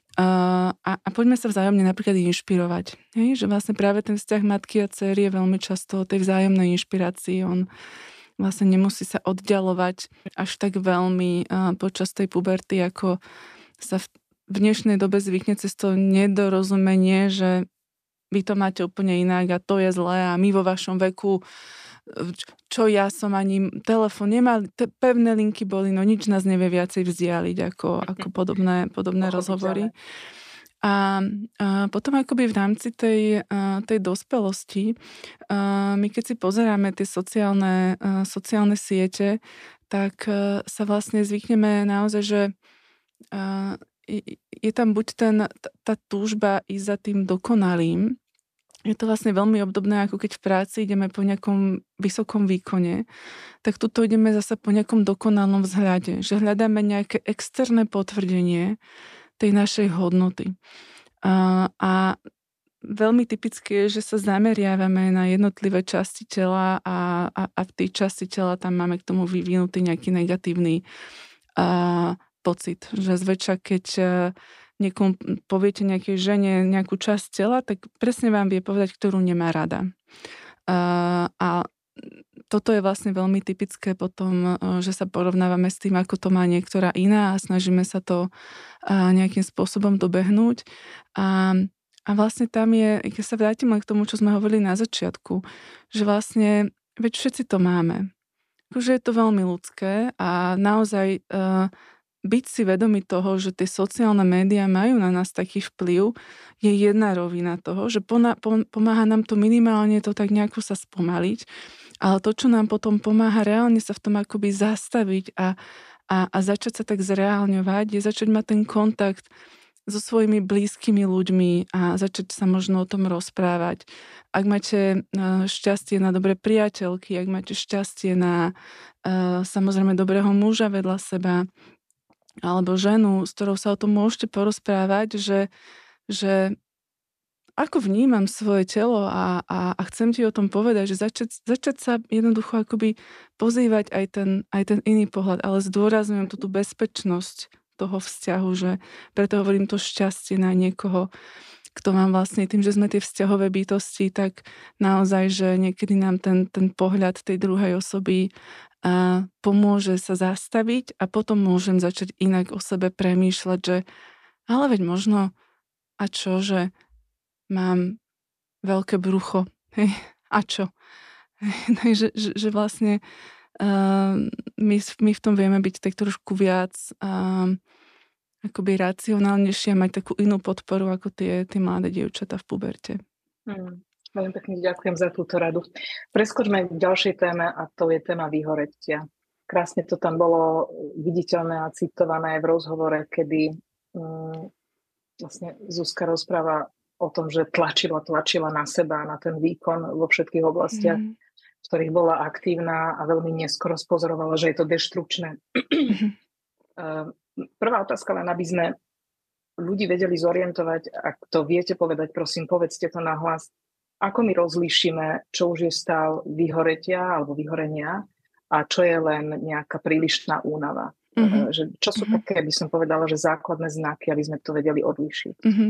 a, a poďme sa vzájomne napríklad inšpirovať. Hej? Že vlastne práve ten vzťah matky a dcery je veľmi často o tej vzájomnej inšpirácii. On vlastne nemusí sa oddialovať až tak veľmi a, počas tej puberty, ako sa v, v dnešnej dobe zvykne cez to nedorozumenie, že vy to máte úplne inak a to je zlé a my vo vašom veku, čo ja som ani telefón nemal, te, pevné linky boli, no nič nás nevie viacej vzdialiť ako, ako podobné, podobné rozhovory. A, a potom akoby v rámci tej, a, tej dospelosti, a my keď si pozeráme tie sociálne, a, sociálne siete, tak a, sa vlastne zvykneme naozaj, že a, je tam buď ten, tá túžba ísť za tým dokonalým. Je to vlastne veľmi obdobné, ako keď v práci ideme po nejakom vysokom výkone, tak tuto ideme zase po nejakom dokonalnom vzhľade, že hľadáme nejaké externé potvrdenie tej našej hodnoty. A, a veľmi typické je, že sa zameriavame na jednotlivé časti tela a, a, a v tej časti tela tam máme k tomu vyvinutý nejaký negatívny a, pocit, že zväčša keď niekomu poviete nejakej žene nejakú časť tela, tak presne vám vie povedať, ktorú nemá rada. A, a toto je vlastne veľmi typické potom, že sa porovnávame s tým, ako to má niektorá iná a snažíme sa to nejakým spôsobom dobehnúť. A, a vlastne tam je, keď sa vrátim len k tomu, čo sme hovorili na začiatku, že vlastne, veď všetci to máme. Akože je to veľmi ľudské a naozaj uh, byť si vedomý toho, že tie sociálne médiá majú na nás taký vplyv, je jedna rovina toho, že pona- pom- pomáha nám to minimálne to tak nejako sa spomaliť, ale to, čo nám potom pomáha reálne sa v tom akoby zastaviť a, a, a začať sa tak zreálňovať, je začať mať ten kontakt so svojimi blízkymi ľuďmi a začať sa možno o tom rozprávať. Ak máte uh, šťastie na dobré priateľky, ak máte šťastie na uh, samozrejme dobrého muža vedľa seba, alebo ženu, s ktorou sa o tom môžete porozprávať, že, že ako vnímam svoje telo a, a, a chcem ti o tom povedať, že začať, začať sa jednoducho akoby pozývať aj ten, aj ten iný pohľad, ale zdôrazňujem tú, tú bezpečnosť toho vzťahu, že preto hovorím to šťastie na niekoho, kto vám vlastne tým, že sme tie vzťahové bytosti, tak naozaj, že niekedy nám ten, ten pohľad tej druhej osoby a pomôže sa zastaviť a potom môžem začať inak o sebe premýšľať, že ale veď možno a čo, že mám veľké brucho, hej, a čo? Takže že, že vlastne uh, my, my v tom vieme byť tak trošku viac uh, akoby racionálnejšie a mať takú inú podporu ako tie, tie mladé dievčatá v puberte. Hmm. Veľmi pekne ďakujem za túto radu. Preskočme k ďalšej téme a to je téma vyhoretia. Krásne to tam bolo viditeľné a citované v rozhovore, kedy um, vlastne Zuzka rozpráva o tom, že tlačila, tlačila na seba, na ten výkon vo všetkých oblastiach, mm. v ktorých bola aktívna a veľmi neskoro spozorovala, že je to deštrukčné. Mm. Prvá otázka, len aby sme ľudí vedeli zorientovať, ak to viete povedať, prosím, povedzte to nahlas. Ako my rozlíšime, čo už je stav vyhoretia alebo vyhorenia a čo je len nejaká prílišná únava? Mm-hmm. Že, čo sú mm-hmm. také, by som povedala, že základné znaky, aby sme to vedeli odlíšiť? Mm-hmm.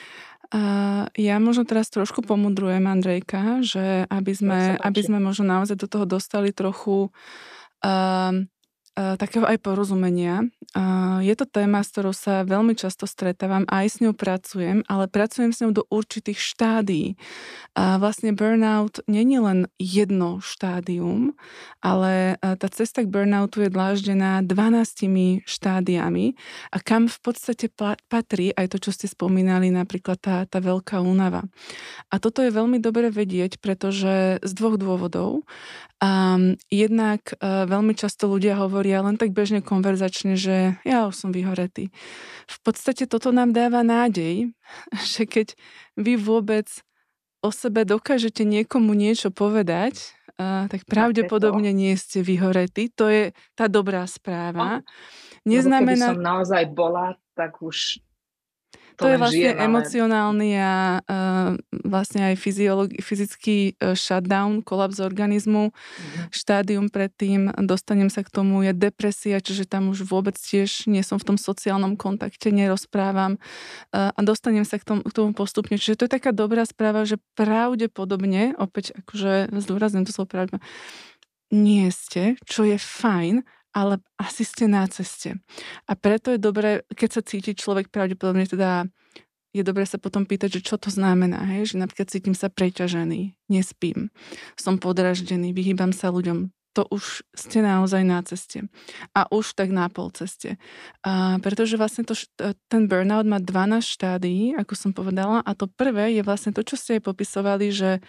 Uh, ja možno teraz trošku pomudrujem, Andrejka, že aby sme, aby sme možno naozaj do toho dostali trochu uh, uh, takého aj porozumenia. Uh, je to téma, s ktorou sa veľmi často stretávam, aj s ňou pracujem, ale pracujem s ňou do určitých štádií. A vlastne burnout nie je len jedno štádium, ale tá cesta k burnoutu je dláždená dvanástimi štádiami a kam v podstate patrí aj to, čo ste spomínali, napríklad tá, tá veľká únava. A toto je veľmi dobre vedieť, pretože z dvoch dôvodov. Um, jednak uh, veľmi často ľudia hovoria len tak bežne konverzačne, že ja už som vyhoretý. V podstate toto nám dáva nádej, že keď vy vôbec o sebe dokážete niekomu niečo povedať, uh, tak pravdepodobne nie ste vyhoretí. To je tá dobrá správa. Neznamená... Keby som naozaj bola, tak už to, to je vlastne žijem, ale... emocionálny a uh, vlastne aj fyziolog- fyzický uh, shutdown, kolaps organizmu. Mm-hmm. Štádium predtým, dostanem sa k tomu, je depresia, čiže tam už vôbec tiež nie som v tom sociálnom kontakte, nerozprávam uh, a dostanem sa k tomu, k tomu postupne. Čiže to je taká dobrá správa, že pravdepodobne, opäť akože zdôrazňujem to slovo pravdepodobne, nie ste, čo je fajn, ale asi ste na ceste. A preto je dobré, keď sa cíti človek pravdepodobne, teda je dobré sa potom pýtať, že čo to znamená, hej? Že napríklad cítim sa preťažený, nespím, som podraždený, vyhýbam sa ľuďom. To už ste naozaj na ceste. A už tak na pol ceste. A pretože vlastne to, ten burnout má dvanásť štádií, ako som povedala, a to prvé je vlastne to, čo ste aj popisovali, že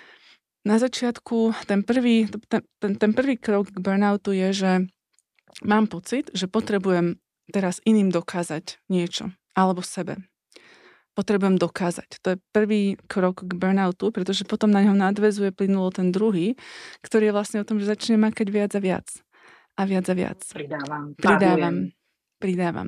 na začiatku ten prvý, ten, ten, ten prvý krok k burnoutu je, že mám pocit, že potrebujem teraz iným dokázať niečo, alebo sebe. Potrebujem dokázať. To je prvý krok k burnoutu, pretože potom na ňom nadväzuje plynulo ten druhý, ktorý je vlastne o tom, že začne makať viac a viac. A viac a viac. Pridávam. Pridávam. Pridávam.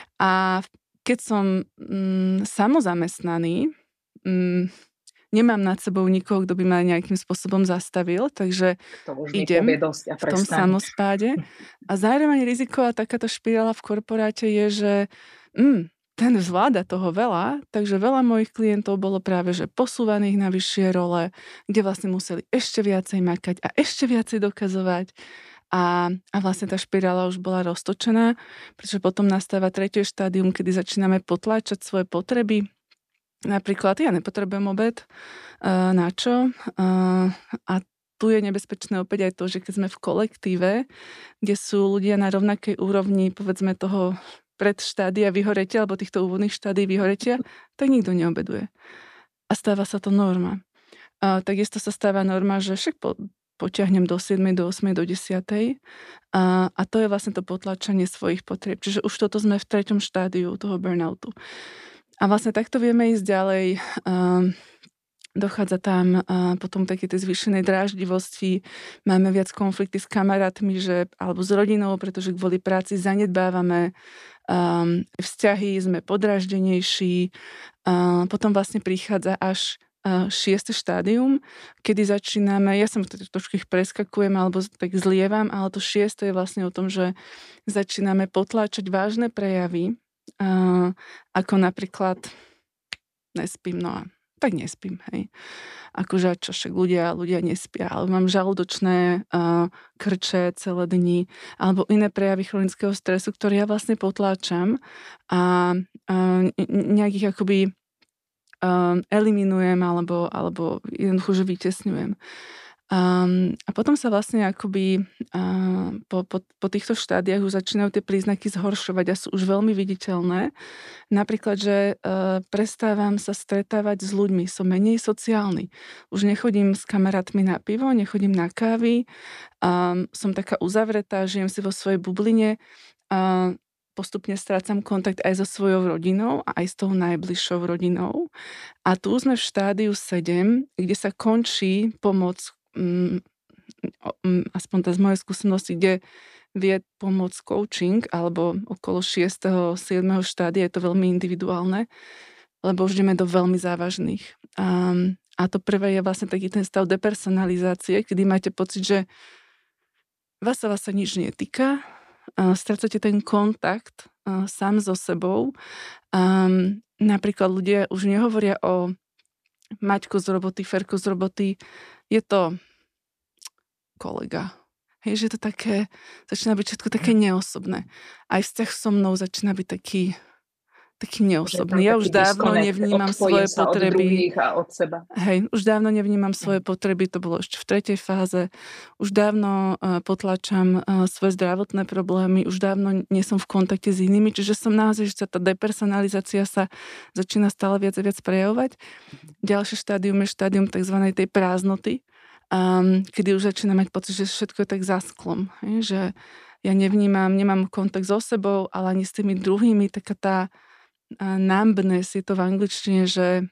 A keď som mm, samozamestnaný, mm, nemám nad sebou nikoho, kto by ma nejakým spôsobom zastavil, takže idem v tom samospáde. A zároveň riziková takáto špirála v korporáte je, že mm, ten zvláda toho veľa, takže veľa mojich klientov bolo práve že posúvaných na vyššie role, kde vlastne museli ešte viacej makať a ešte viacej dokazovať. A, a vlastne tá špirála už bola roztočená, pretože potom nastáva tretie štádium, kedy začíname potláčať svoje potreby. Napríklad, ja nepotrebujem obed, uh, na čo? Uh, a tu je nebezpečné opäť aj to, že keď sme v kolektíve, kde sú ľudia na rovnakej úrovni, povedzme toho predštádia vyhoretia, alebo týchto úvodných štádí vyhoretia, tak nikto neobeduje. A stáva sa to norma. A takisto sa stáva norma, že však po, potiahnem do siedmej, do ôsmej, do desiatej. A, a to je vlastne to potlačanie svojich potrieb. Čiže už toto sme v treťom štádiu toho burnoutu. A vlastne takto vieme ísť ďalej. Um, Dochádza tam uh, potom také tej zvýšenej dráždivosti, máme viac konflikty s kamarátmi, že, alebo s rodinou, pretože kvôli práci zanedbávame um, vzťahy, sme podráždenejší. Uh, potom vlastne prichádza až uh, šieste štádium, kedy začíname, ja som to trošku ich preskakujem alebo tak zlievam, ale to šieste je vlastne o tom, že začíname potláčať vážne prejavy, uh, ako napríklad nespím, no a tak nespím, hej. Akože čo, však ľudia, ľudia nespia, ale mám žalúdočné uh, krče celé dni, alebo iné prejavy chronického stresu, ktoré ja vlastne potláčam a uh, nejak ich akoby uh, eliminujem, alebo, alebo jednoducho, že vytesňujem. Um, a potom sa vlastne akoby uh, po, po, po týchto štádiách už začínajú tie príznaky zhoršovať a sú už veľmi viditeľné. Napríklad, že uh, prestávam sa stretávať s ľuďmi, som menej sociálny. Už nechodím s kamarátmi na pivo, nechodím na kávy, um, som taká uzavretá, žijem si vo svojej bubline a postupne strácam kontakt aj so svojou rodinou a aj s tou najbližšou rodinou. A tu sme v štádiu sedem, kde sa končí pomoc, um, um, aspoň tá z mojej skúsenosti, kde vie pomôcť coaching, alebo okolo šiesteho siedmeho štádia je to veľmi individuálne, lebo už ideme do veľmi závažných. Um, a to prvé je vlastne taký ten stav depersonalizácie, kedy máte pocit, že vás sa vás sa nič netýka, uh, strácate ten kontakt uh, sám so sebou. Um, napríklad ľudia už nehovoria o Maťko z roboty, Ferko z roboty, je to kolega. Hej, že to také, začína byť všetko také neosobné. Aj vzťah so mnou začína byť taký, taký neosobný. Ja už dávno nevnímam svoje potreby. A od seba. Hej, už dávno nevnímam svoje potreby, to bolo ešte v tretej fáze. Už dávno uh, potlačam uh, svoje zdravotné problémy, už dávno nie som v kontakte s inými, čiže som naozaj, že tá depersonalizácia sa začína stále viac a viac prejavovať. Ďalšie štádium je štádium tzv. Tej prázdnoty, Um, kedy už začína mať pocit, že všetko je tak za sklom. Je, že ja nevnímam, nemám kontakt so sebou, ale ani s tými druhými, taká tá uh, numbness, je to v angličtine, že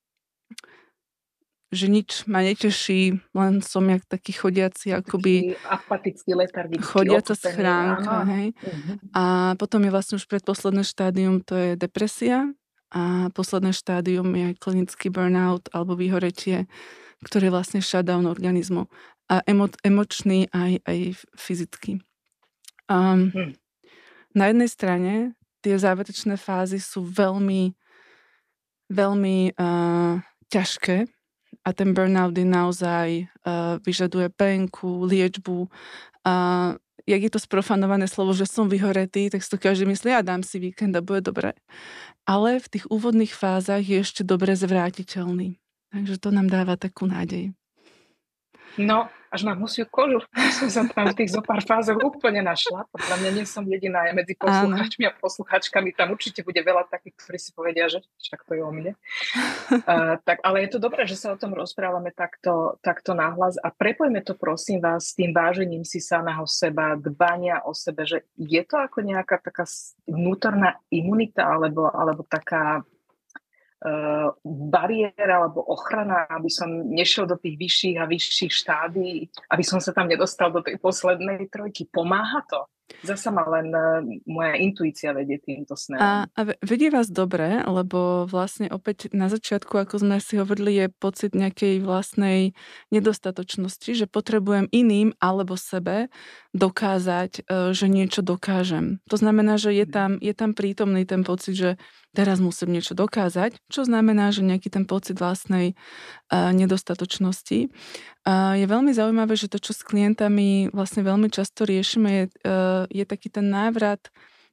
že nič ma neteší, len som jak taký chodiaci, akoby apatický, letargický, chodiaca schránka. Hej. Uh-huh. A potom je vlastne už predposledné štádium, to je depresia a posledné štádium je klinický burnout alebo vyhoretie, ktorý je vlastne shutdown organizmu. A emo- emočný aj, aj fyzický. Um, hmm. Na jednej strane tie záverečné fázy sú veľmi, veľmi uh, ťažké a ten burnout je naozaj uh, vyžaduje penku, liečbu. Uh, jak je to sprofanované slovo, že som vyhoretý, tak si to každý myslí, ja dám si víkend a bude dobre. Ale v tých úvodných fázach je ešte dobre zvrátiteľný. Takže to nám dáva takú nádej. No, až mám husiu kožu. Som sa tam v tých zopár fázach úplne našla. Podľa mňa nie som jediná aj medzi poslucháčmi a poslucháčkami. Tam určite bude veľa takých, ktorí si povedia, že však to je o mne. uh, tak, ale je to dobré, že sa o tom rozprávame takto, takto nahlas. A prepojme to, prosím vás, s tým vážením si samého seba, dbania o sebe, že je to ako nejaká taká vnútorná imunita alebo, alebo taká Uh, bariéra alebo ochrana, aby som nešiel do tých vyšších a vyšších štádí, aby som sa tam nedostal do tej poslednej trojky. Pomáha to? Zasa ma len uh, moja intuícia vedie týmto smerom. A, a vedie vás dobre, lebo vlastne opäť na začiatku, ako sme si hovorili, je pocit nejakej vlastnej nedostatočnosti, že potrebujem iným alebo sebe dokázať, uh, že niečo dokážem. To znamená, že je tam, je tam prítomný ten pocit, že teraz musím niečo dokázať, čo znamená, že nejaký ten pocit vlastnej uh, nedostatočnosti. Uh, je veľmi zaujímavé, že to, čo s klientami vlastne veľmi často riešime, je, uh, je taký ten návrat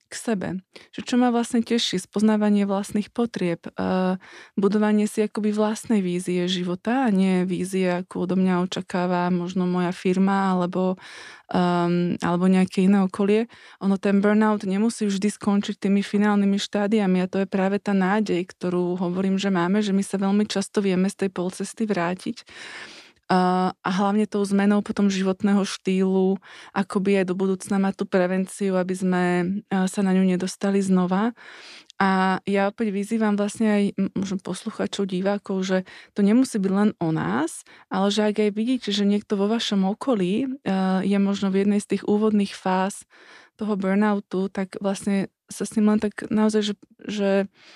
k sebe. Že čo ma vlastne teší, spoznávanie vlastných potrieb, uh, budovanie si akoby vlastnej vízie života a nie vízie, akú odo mňa očakáva možno moja firma alebo, um, alebo nejaké iné okolie. Ono ten burnout nemusí vždy skončiť tými finálnymi štádiami a to je práve tá nádej, ktorú hovorím, že máme, že my sa veľmi často vieme z tej polcesty vrátiť. A, a hlavne tou zmenou potom životného štýlu, akoby aj do budúcna mať tú prevenciu, aby sme sa na ňu nedostali znova. A ja opäť vyzývam vlastne aj možno posluchačov, divákov, že to nemusí byť len o nás, ale že ak aj vidíte, že niekto vo vašom okolí je možno v jednej z tých úvodných fáz toho burnoutu, tak vlastne sa s ním len tak naozaj, že, že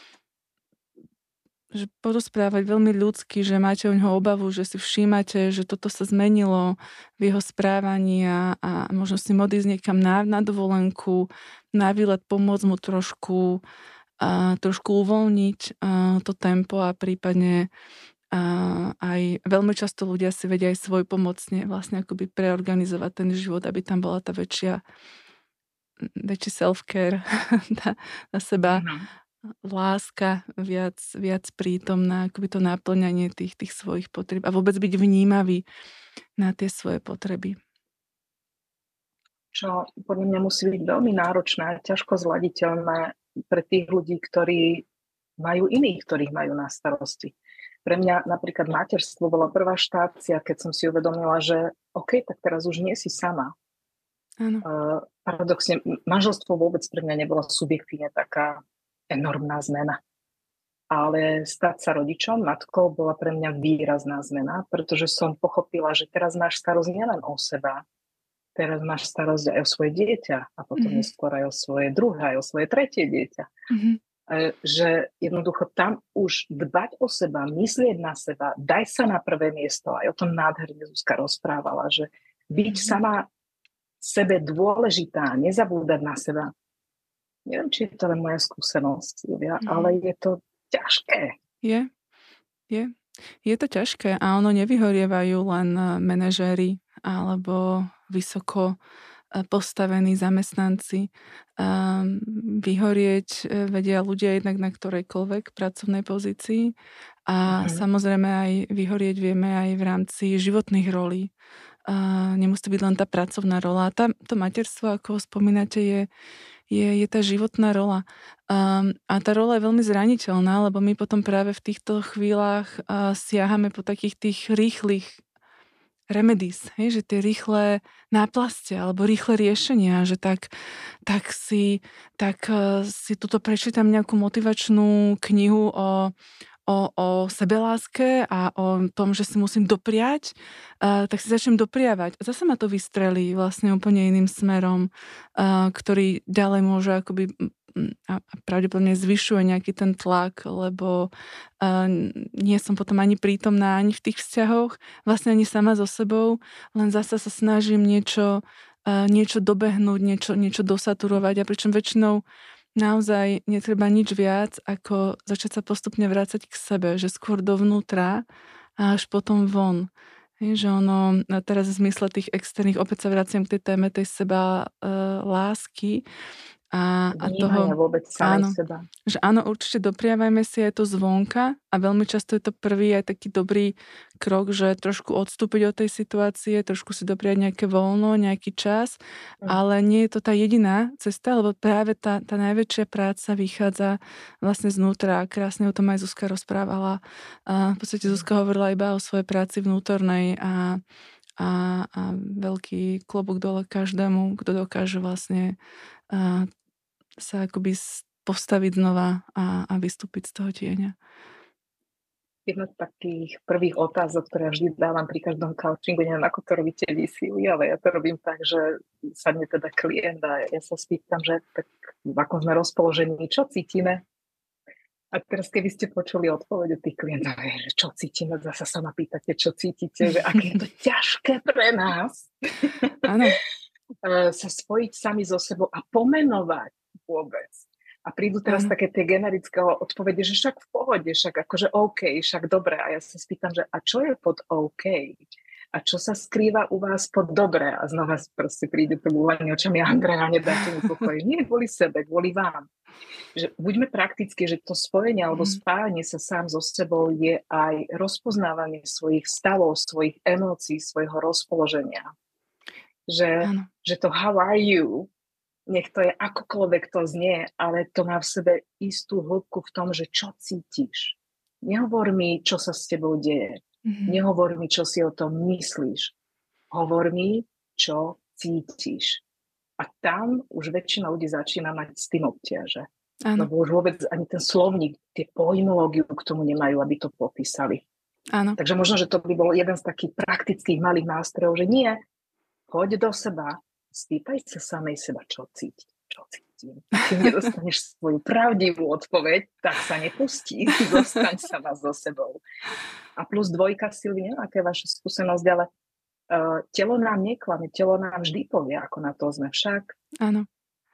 že porozprávať veľmi ľudsky, že máte o ňoho obavu, že si všímate, že toto sa zmenilo v jeho správaní a, a možno si odísť niekam na, na dovolenku, na výlet, pomôcť mu trošku, a, trošku uvoľniť a, to tempo a prípadne a, aj veľmi často ľudia si vedia aj svojpomocne vlastne akoby preorganizovať ten život, aby tam bola tá väčšia väčší self-care na, na seba. Mm-hmm. Láska viac, viac prítomná, akoby to naplňanie tých, tých svojich potrieb a vôbec byť vnímavý na tie svoje potreby. Čo podľa mňa musí byť veľmi náročné a ťažko zladiteľné pre tých ľudí, ktorí majú iných, ktorých majú na starosti. Pre mňa napríklad materstvo bola prvá štácia, keď som si uvedomila, že OK, tak teraz už nie si sama. Áno. Uh, paradoxne, manželstvo vôbec pre mňa nebola subjektívne taká enormná zmena. Ale stať sa rodičom, matkou, bola pre mňa výrazná zmena, pretože som pochopila, že teraz máš starosť nielen o seba, teraz máš starosť aj o svoje dieťa a potom mm-hmm. neskôr aj o svoje druhé, aj o svoje tretie dieťa. Mm-hmm. Že jednoducho tam už dbať o seba, myslieť na seba, daj sa na prvé miesto. Aj o tom nádherne Zuzka rozprávala, že byť mm-hmm. sama sebe dôležitá, nezabúdať na seba. Neviem, či je to len moja skúsenosť, Julia, mm. ale je to ťažké. Je, je. Je to ťažké a ono nevyhorievajú len manažéri alebo vysoko postavení zamestnanci. Vyhorieť vedia ľudia jednak na ktorejkoľvek pracovnej pozícii a mm. samozrejme aj vyhorieť vieme aj v rámci životných rolí. Nemusí byť len tá pracovná rola. Tá, to materstvo, ako spomínate, je Je, je tá životná rola. Um, a tá rola je veľmi zraniteľná, lebo my potom práve v týchto chvíľach uh, siahame po takých tých rýchlych remedies, hej, že tie rýchle náplastie alebo rýchle riešenia, že tak, tak si tak uh, si tuto prečítam nejakú motivačnú knihu o O, o sebeláske a o tom, že si musím dopriať, uh, tak si začnem dopriavať. A zase ma to vystrelí vlastne úplne iným smerom, uh, ktorý ďalej môže akoby a pravdepodobne zvyšuje nejaký ten tlak, lebo uh, nie som potom ani prítomná ani v tých vzťahoch, vlastne ani sama so sebou, len zase sa snažím niečo, uh, niečo dobehnúť, niečo, niečo dosaturovať a pričom väčšinou naozaj netreba nič viac, ako začať sa postupne vrácať k sebe, že skôr dovnútra a až potom von. Je, že ono, teraz v zmysle tých externých, opäť sa vraciam k tej téme tej seba e, lásky a, a toho, vôbec áno, seba. Že áno, určite dopriavajme si aj to zvonka a veľmi často je to prvý aj taký dobrý krok, že trošku odstúpiť od tej situácie, trošku si dopriať nejaké voľno, nejaký čas, mm. ale nie je to tá jediná cesta, lebo práve tá, tá najväčšia práca vychádza vlastne znútra a krásne o tom aj Zuzka rozprávala. A v podstate mm. Zuzka hovorila iba o svojej práci vnútornej a, a, a veľký klobúk dole každému, kto dokáže vlastne a, sa akoby postaviť znova a, a vystúpiť z toho tieňa. Jedna z takých prvých otázok, ktoré vždy dávam pri každom coachingu, neviem, ako to robíte vy, Silvia, ale ja to robím tak, že sadne teda klient a ja sa spýtam, že tak v akom sme rozpoložení, čo cítime? A teraz, keby ste počuli odpoveď od tých klientov, že čo cítime, zasa sa ma pýtate, čo cítite, že aké je to ťažké pre nás. Áno. sa spojiť sami so sebou a pomenovať vôbec. A prídu teraz mm. také tie generické odpovede, že však v pohode, však akože OK, však dobre. A ja sa spýtam, že a čo je pod OK? A čo sa skrýva u vás pod dobre? A znova proste príde to búvanie očami Andreja, nedáte mi pokoj. Nie kvôli sebe, kvôli vám. Že buďme prakticky, že to spojenie alebo spájanie sa sám so sebou je aj rozpoznávanie svojich stavov, svojich emócií, svojho rozpoloženia. Že, že to how are you, nech to je akokoľvek to znie, ale to má v sebe istú hĺbku v tom, že čo cítiš. Nehovor mi, čo sa s tebou deje. Mm-hmm. Nehovor mi, čo si o tom myslíš. Hovor mi, čo cítiš. A tam už väčšina ľudí začína mať s tým obťaže. Áno. Lebo už vôbec ani ten slovník, tie pojmológiu k tomu nemajú, aby to popísali. Áno. Takže možno, že to by bol jeden z takých praktických malých nástrojov, že nie, choď do seba, spýtaj sa samej seba, čo cíti, čo cítim. Keď nedostaneš svoju pravdivú odpoveď, tak sa nepustí, zostaň sama so sebou. A plus dvojka, Silvi, neviem, aká je vaša skúsenosť, ale uh, telo nám neklame, telo nám vždy povie, ako na to sme však. Áno.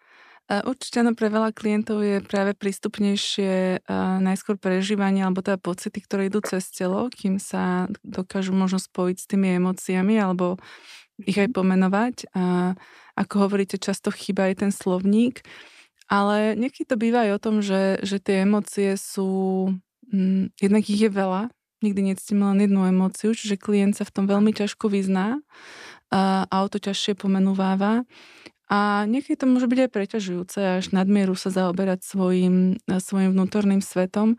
Určite no, pre veľa klientov je práve prístupnejšie uh, najskôr prežívanie alebo teda pocity, ktoré idú cez telo, kým sa dokážu možno spojiť s tými emóciami alebo ich aj pomenovať. A ako hovoríte, často chýba aj ten slovník, ale niekedy to býva aj o tom, že, že tie emócie sú, hm, jednak ich je veľa, nikdy necítime len jednu emóciu, čiže klient sa v tom veľmi ťažko vyzná a, a o to ťažšie pomenúváva. A niekedy to môže byť aj preťažujúce, až nadmieru sa zaoberať svojim, svojim vnútorným svetom.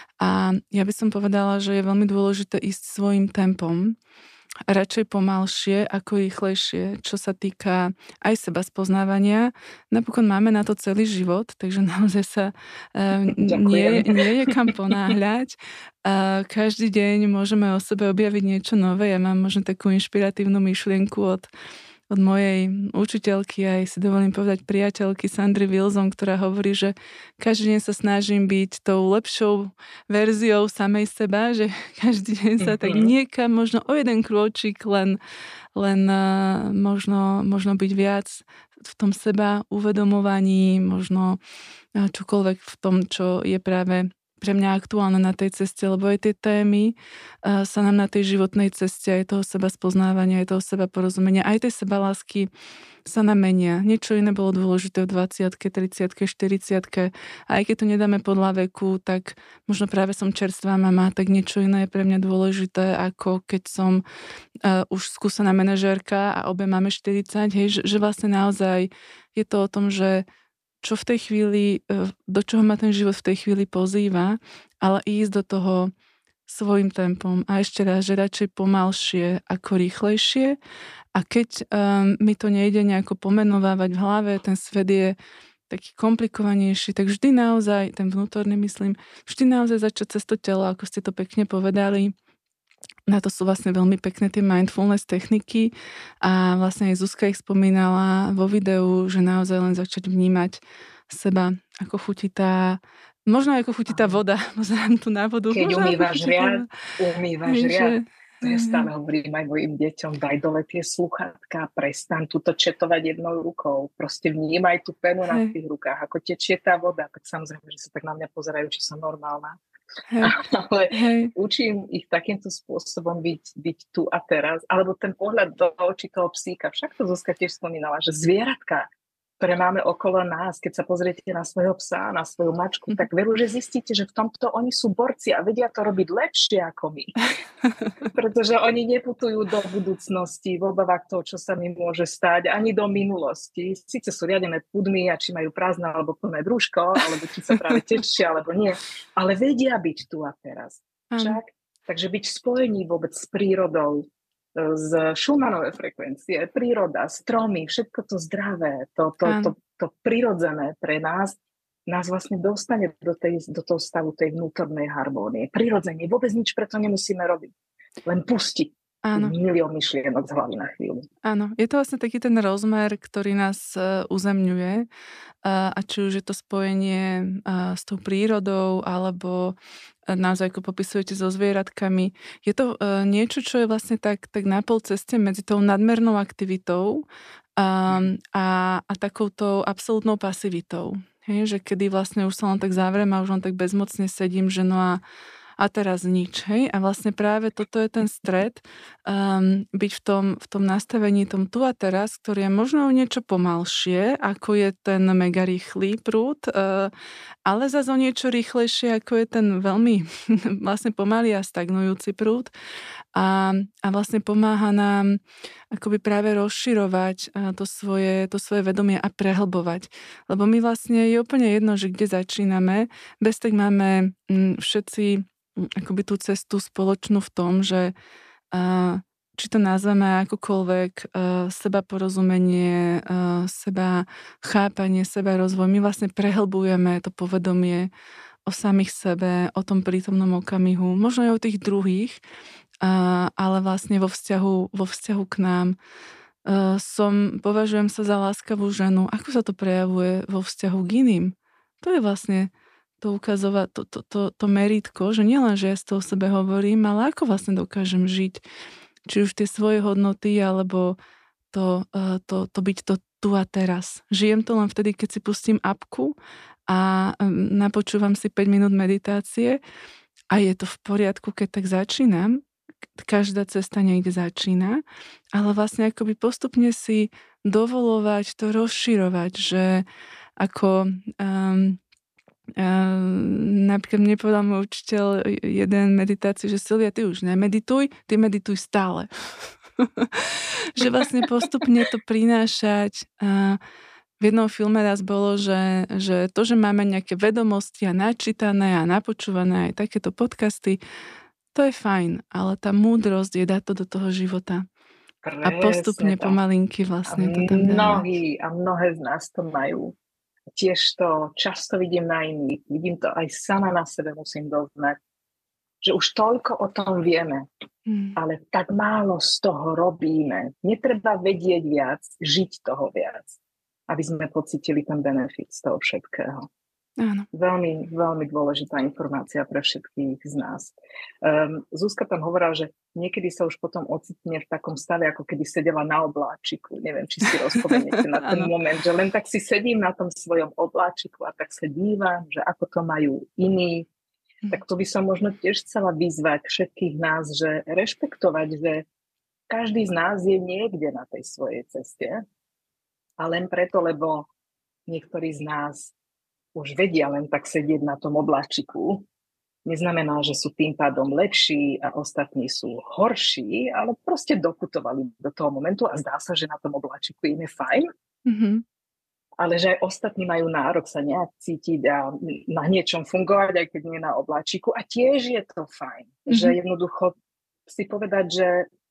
A ja by som povedala, že je veľmi dôležité ísť svojim tempom. Radšej pomalšie ako rýchlejšie, čo sa týka aj seba spoznávania. Napokon máme na to celý život, takže naozaj sa uh, nie, nie je kam ponáhľať. Uh, každý deň môžeme o sebe objaviť niečo nové. Ja mám možno takú inšpiratívnu myšlienku od od mojej učiteľky, aj si dovolím povedať priateľky Sandry Wilson, ktorá hovorí, že každý deň sa snažím byť tou lepšou verziou samej seba, že každý deň sa tak niekam, možno o jeden krôčik, len, len uh, možno, možno byť viac v tom seba uvedomovaní, možno uh, čokoľvek v tom, čo je práve pre mňa aktuálne na tej ceste, lebo aj tie témy uh, sa nám na tej životnej ceste, aj toho seba spoznávania, aj toho seba porozumenia, aj tej sebalásky sa nám menia. Niečo iné bolo dôležité v dvadsiatke, tridsiatke, štyridsiatke. A aj keď to nedáme podľa veku, tak možno práve som čerstvá mama, tak niečo iné je pre mňa dôležité, ako keď som uh, už skúsená manažérka a obe máme štyridsať, hej, že, že vlastne naozaj je to o tom, že čo v tej chvíli, do čoho ma ten život v tej chvíli pozýva, ale ísť do toho svojim tempom. A ešte raz, že radšej pomalšie ako rýchlejšie. A keď um, mi to nejde nejako pomenovávať v hlave, ten svet je taký komplikovanejší, tak vždy naozaj, ten vnútorný myslím, vždy naozaj začať cez to telo, ako ste to pekne povedali. Na to sú vlastne veľmi pekné tie mindfulness techniky a vlastne aj Zuzka ich spomínala vo videu, že naozaj len začať vnímať seba, ako chutí tá, možno ako chutí tá voda, pozerám tu na vodu. Keď umývaš riad, umývaš riad. To ja stále Mhm. hovorím aj mojim deťom, daj dole tie slúchatka, prestaň túto četovať jednou rukou. Proste vnímaj tú penu na Hej. tých rukách, ako tečie tá voda. Tak samozrejme, že sa tak na mňa pozerajú, či som normálna. Hej. Ale Hej. učím ich takýmto spôsobom byť, byť tu a teraz. Alebo ten pohľad do očí toho psíka. Však to Zuzka tiež spomínala, že zvieratka, ktoré máme okolo nás, keď sa pozriete na svojho psa, na svoju mačku, tak veru, že zistíte, že v tomto oni sú borci a vedia to robiť lepšie ako my. Pretože oni neputujú do budúcnosti v obavách toho, čo sa mi môže stať, ani do minulosti. Sice sú riadené pudmi a či majú prázdne alebo plné brúško, alebo či sa práve tešia, alebo nie. Ale vedia byť tu a teraz. Však? Takže byť spojení vôbec s prírodou, z Schumannovej frekvencie, príroda, stromy, všetko to zdravé, to, to, to, to prirodzené pre nás, nás vlastne dostane do, tej, do toho stavu tej vnútornej harmónie. Prirodzene, vôbec nič preto nemusíme robiť. Len pustiť. Áno. Milión myšlienok z hlavy na chvíľu. Áno, je to vlastne taký ten rozmer, ktorý nás uh, uzemňuje uh, a či už je to spojenie uh, s tou prírodou alebo uh, naozaj, ako popisujete, so zvieratkami. Je to uh, niečo, čo je vlastne tak, tak na pol ceste medzi tou nadmernou aktivitou um, a, a takouto absolútnou pasivitou. Hej, že kedy vlastne už sa len tak zavriem a už len tak bezmocne sedím, že no a a teraz nič, hej? A vlastne práve toto je ten stred, um, byť v tom, v tom nastavení, tom tu a teraz, ktorý je možno o niečo pomalšie, ako je ten mega rýchly prúd, uh, ale zase o niečo rýchlejšie, ako je ten veľmi vlastne pomalý a stagnujúci prúd. A, a vlastne pomáha nám akoby práve rozširovať a, to svoje, to svoje vedomie a prehlbovať. Lebo my vlastne je úplne jedno, že kde začíname, bez tak máme m, všetci m, akoby tú cestu spoločnú v tom, že a, či to nazveme akokoľvek, a, seba porozumenie, a, seba chápanie, seba rozvoj, my vlastne prehlbujeme to povedomie o samých sebe, o tom prítomnom okamihu, možno aj o tých druhých, a, ale vlastne vo vzťahu, vo vzťahu k nám. Uh, som, považujem sa za láskavú ženu. Ako sa to prejavuje vo vzťahu k iným? To je vlastne to ukazovať, to, to, to, to meritko, že nielen, že ja z toho sebe hovorím, ale ako vlastne dokážem žiť, či už tie svoje hodnoty, alebo to, uh, to, to byť to tu a teraz. Žijem to len vtedy, keď si pustím apku a um, napočúvam si päť minút meditácie a je to v poriadku, keď tak začínam. Každá cesta niekde začína, ale vlastne akoby postupne si dovolovať to rozširovať, že ako um, um, napríklad mne povedal môj učiteľ jeden meditáciu, že Silvia, ty už nemedituj, ty medituj stále. Že vlastne postupne to prinášať. Uh, v jednom filme raz bolo, že, že to, že máme nejaké vedomosti a načítané a napočúvané aj takéto podcasty, to je fajn, ale tá múdrosť je dať to do toho života. Presne a postupne tak. pomalinky vlastne A to tam dávať. mnohí a mnohé z nás to majú. Tiež to často vidím na iných. Vidím to aj sama na sebe, musím doznať. Že už toľko o tom vieme, hmm. ale tak málo z toho robíme. Netreba vedieť viac, žiť toho viac, aby sme pocítili ten benefit z toho všetkého. Áno. Veľmi, veľmi dôležitá informácia pre všetkých z nás. Um, Zuzka tam hovorila, že niekedy sa už potom ocitne v takom stave, ako keby sedela na obláčiku. Neviem, či si rozpomeniete na ten moment, že len tak si sedím na tom svojom obláčiku a tak sa dívam, že ako to majú iní. Tak to by som možno tiež chcela vyzvať všetkých nás, že rešpektovať, že každý z nás je niekde na tej svojej ceste a len preto, lebo niektorí z nás už vedia len tak sedieť na tom obláčiku, neznamená, že sú tým pádom lepší a ostatní sú horší, ale proste dokutovali do toho momentu a zdá sa, že na tom obláčiku im je fajn, mm-hmm. ale že aj ostatní majú nárok sa nejak cítiť a na niečom fungovať, aj keď nie na obláčiku a tiež je to fajn. Mm-hmm. Že jednoducho si povedať, že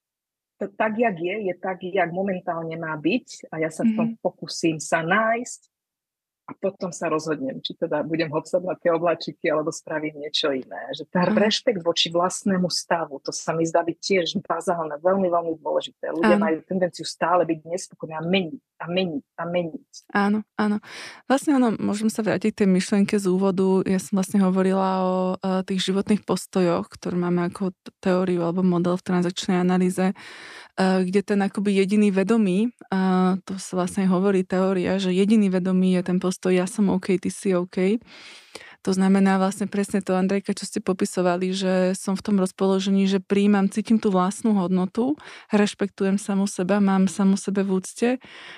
to tak, jak je, je tak, jak momentálne má byť a ja sa mm-hmm. v tom pokúsim sa nájsť a potom sa rozhodnem, či teda budem hopsať na tie obláčiky, alebo spravím niečo iné. Že ten uh-huh. rešpekt voči vlastnému stavu, to sa mi zdá byť tiež bazálne, veľmi, veľmi dôležité. Ľudia áno. majú tendenciu stále byť nespokojní a meniť, a meniť, a meniť. Áno, áno. Vlastne áno, môžem sa vrátiť k tej myšlienke z úvodu. Ja som vlastne hovorila o, o tých životných postojoch, ktoré máme ako teóriu alebo model v transakčnej analýze, kde ten akoby jediný vedomý, a to sa vlastne hovorí teória, že jediný vedomý je ten postoj ja som OK, ty si OK. To znamená vlastne presne to, Andrejka, čo ste popisovali, že som v tom rozpoložení, že príjmam, cítim tú vlastnú hodnotu, rešpektujem samu seba, mám samu sebe v úcte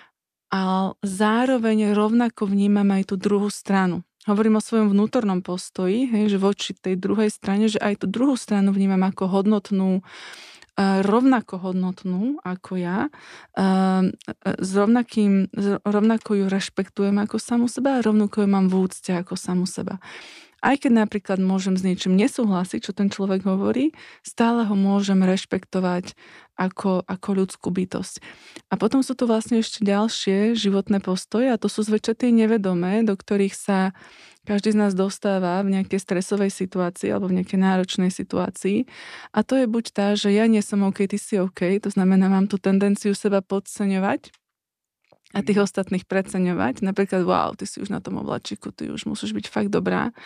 a zároveň rovnako vnímam aj tú druhú stranu. Hovorím o svojom vnútornom postoji, hej, že voči tej druhej strane, že aj tú druhú stranu vnímam ako hodnotnú, rovnako hodnotnú ako ja, s rovnakým, rovnako ju rešpektujem ako samu seba a rovnako ju mám v úcte ako samu seba. Aj keď napríklad môžem s niečím nesúhlasiť, čo ten človek hovorí, stále ho môžem rešpektovať ako, ako ľudskú bytosť. A potom sú tu vlastne ešte ďalšie životné postoje a to sú zväčša tie nevedomé, do ktorých sa každý z nás dostáva v nejakej stresovej situácii alebo v nejakej náročnej situácii. A to je buď tá, že ja nie som OK, ty si OK, to znamená, mám tú tendenciu seba podceňovať a tých ostatných preceňovať. Napríklad, wow, ty si už na tom oblačiku, ty už musíš byť fakt dobrá.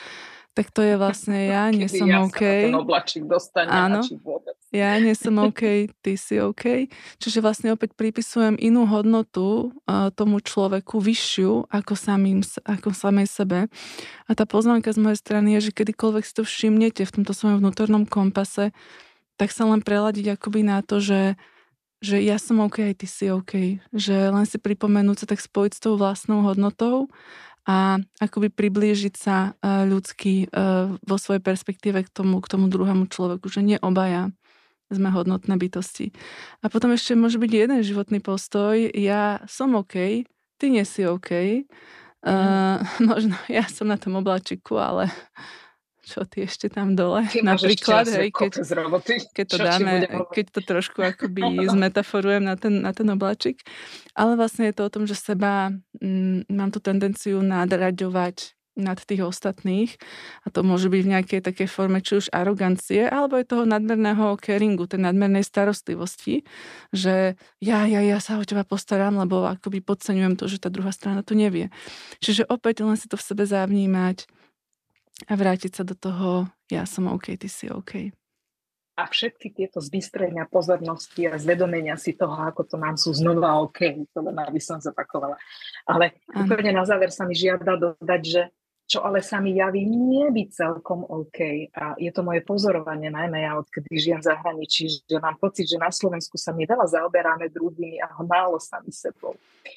tak to je vlastne ja nie Kedy som ja OK. sa na ten oblačík dostanem a Áno, či vôbec. ja nie som OK, ty si OK. Čiže vlastne opäť pripisujem inú hodnotu uh, tomu človeku, vyššiu ako, samým, ako samej sebe. A tá pozvánka z mojej strany je, že kedykoľvek si to všimnete v tomto svojom vnútornom kompase, tak sa len preladiť akoby na to, že, že ja som OK, aj ty si OK. Že len si pripomenúť sa tak spojiť s tou vlastnou hodnotou a akoby priblížiť sa uh, ľudsky uh, vo svojej perspektíve k tomu, k tomu druhému človeku, že nie obaja sme hodnotné bytosti. A potom ešte môže byť jeden životný postoj, ja som OK, ty nie si OK. Uh, možno ja som na tom obláčiku, ale čo ty ešte tam dole? Ty Napríklad, hej, keď, kopec roboty. keď to Čo ti dáme, budem hovoriť? keď to trošku akoby zmetaforujem na ten, na ten obláčik. Ale vlastne je to o tom, že seba mm, mám tú tendenciu nadraďovať nad tých ostatných a to môže byť v nejakej takej forme či už arogancie, alebo aj toho nadmerného caringu, tej nadmernej starostlivosti, že ja, ja, ja sa o teba postaram, lebo akoby podceňujem to, že tá druhá strana to nevie. Čiže opäť len si to v sebe zavnímať a vrátiť sa do toho, ja som OK, ty si OK. A všetky tieto zbystrenia pozornosti a zvedomenia si toho, ako to mám, sú znova OK, to len aby som zopakovala. Ale ano. Úplne na záver sa mi žiada dodať, že čo ale sa mi javí nebyť celkom OK. A je to moje pozorovanie, najmä ja, odkedy žijem v zahraničí, že mám pocit, že na Slovensku sa mi veľa zaoberáme druhými a málo sami sebou.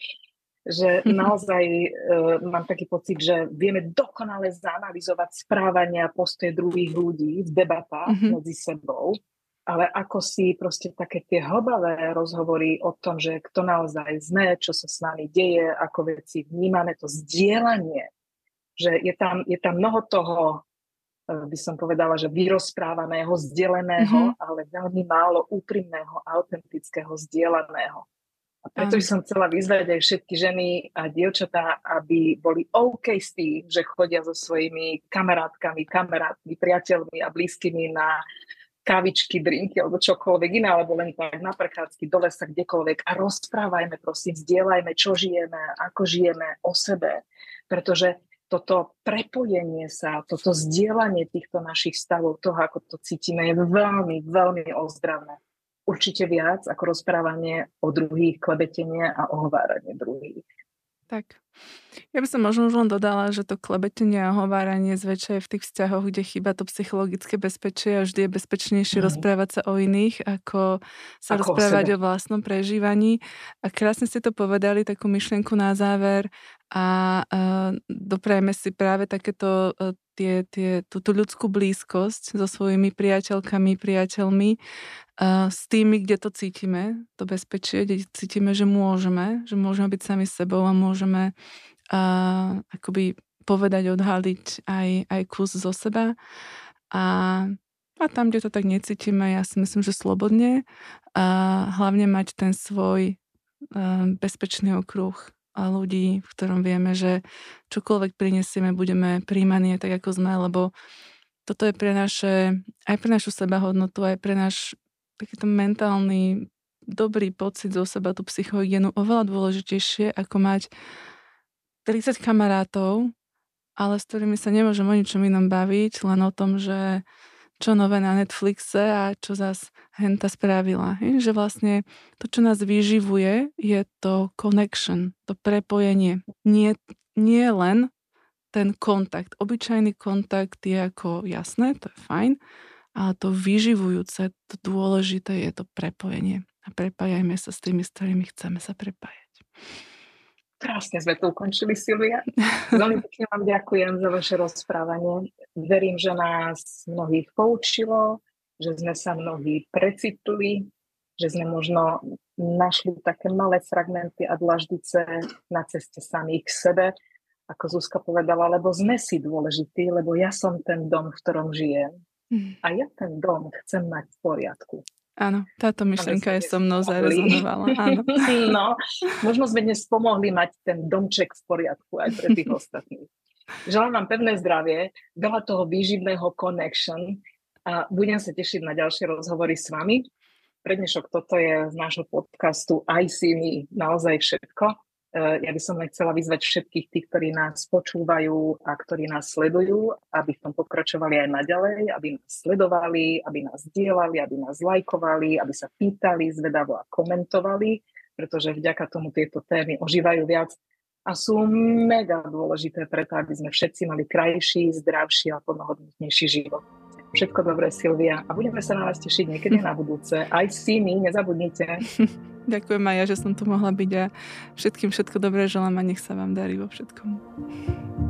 Že naozaj e, mám taký pocit, že vieme dokonale zanalizovať správanie a postoje druhých ľudí v debatách mm-hmm. medzi sebou, ale ako si proste také tie hlbavé rozhovory o tom, že kto naozaj sme, čo sa s nami deje, ako veci vnímame, to zdieľanie, že je tam, je tam mnoho toho, by som povedala, že vyrozprávaného, zdieľaného, mm-hmm. ale veľmi málo úprimného, autentického, zdieľaného. A preto by som chcela vyzvať aj všetky ženy a dievčatá, aby boli OK s tým, že chodia so svojimi kamarátkami, kamarátmi, priateľmi a blízkymi na kávičky, drinky alebo čokoľvek iné, alebo len tak na prechádzky do lesa, kdekoľvek. A rozprávajme, prosím, zdieľajme, čo žijeme, ako žijeme o sebe. Pretože toto prepojenie sa, toto zdieľanie týchto našich stavov, toho, ako to cítime, je veľmi, veľmi ozdravné. Určite viac ako rozprávanie o druhých, klebetenie a ohováranie druhých. Tak. Ja by som možno už len dodala, že to klebetenie a ohováranie zväčša je v tých vzťahoch, kde chýba to psychologické bezpečie a vždy je bezpečnejšie mm. rozprávať sa o iných, ako sa ako rozprávať o, o vlastnom prežívaní. A krásne ste to povedali, takú myšlienku na záver a uh, doprajme si práve takéto uh, tie, tie, túto ľudskú blízkosť so svojimi priateľkami, priateľmi, Uh, s tými, kde to cítime, to bezpečie, kde cítime, že môžeme, že môžeme byť sami sebou a môžeme uh, akoby povedať, odhaliť aj, aj kus zo seba. A, a tam, kde to tak necítime, ja si myslím, že slobodne. A hlavne mať ten svoj uh, bezpečný okruh a ľudí, v ktorom vieme, že čokoľvek prinesieme, budeme príjmaní tak, ako sme, lebo toto je pre naše, aj pre našu sebahodnotu, aj pre náš takýto mentálny dobrý pocit zo seba, tú psychohygienu oveľa dôležitejšie, ako mať tridsať kamarátov, ale s ktorými sa nemôžem o ničom inom baviť, len o tom, že čo nové na Netflixe a čo zas henta spravila. Že vlastne to, čo nás vyživuje, je to connection, to prepojenie. Nie, nie len ten kontakt. Obyčajný kontakt je ako jasné, to je fajn, ale to vyživujúce, to dôležité je to prepojenie. A prepájajme sa s tými, s ktorými chceme sa prepájať. Krásne sme to ukončili, Silvia. Veľmi pekne vám ďakujem za vaše rozprávanie. Verím, že nás mnohých poučilo, že sme sa mnohí precitli, že sme možno našli také malé fragmenty a dlaždice na ceste samých k sebe. Ako Zuzka povedala, lebo sme si dôležití, lebo ja som ten dom, v ktorom žijem. A ja ten dom chcem mať v poriadku. Áno, táto myšlienka je so mnou zarezonovala. Áno. No, možno sme dnes pomohli mať ten domček v poriadku aj pre tých ostatných. Želám vám pevné zdravie, veľa toho výživného connection a budem sa tešiť na ďalšie rozhovory s vami. Pre dnešok toto je z nášho podcastu I See Me naozaj všetko. Ja by som len chcela vyzvať všetkých tých, ktorí nás počúvajú a ktorí nás sledujú, aby v tom pokračovali aj naďalej, aby nás sledovali, aby nás dielali, aby nás lajkovali, aby sa pýtali, zvedavo a komentovali, pretože vďaka tomu tieto témy ožívajú viac a sú mega dôležité preto, aby sme všetci mali krajší, zdravší a plnohodnotnejší život. Všetko dobré, Silvia. A budeme sa na vás tešiť niekedy na budúce. Aj si my, nezabudnite. Ďakujem aj ja, že som tu mohla byť a všetkým všetko dobré želám a nech sa vám darí vo všetkom.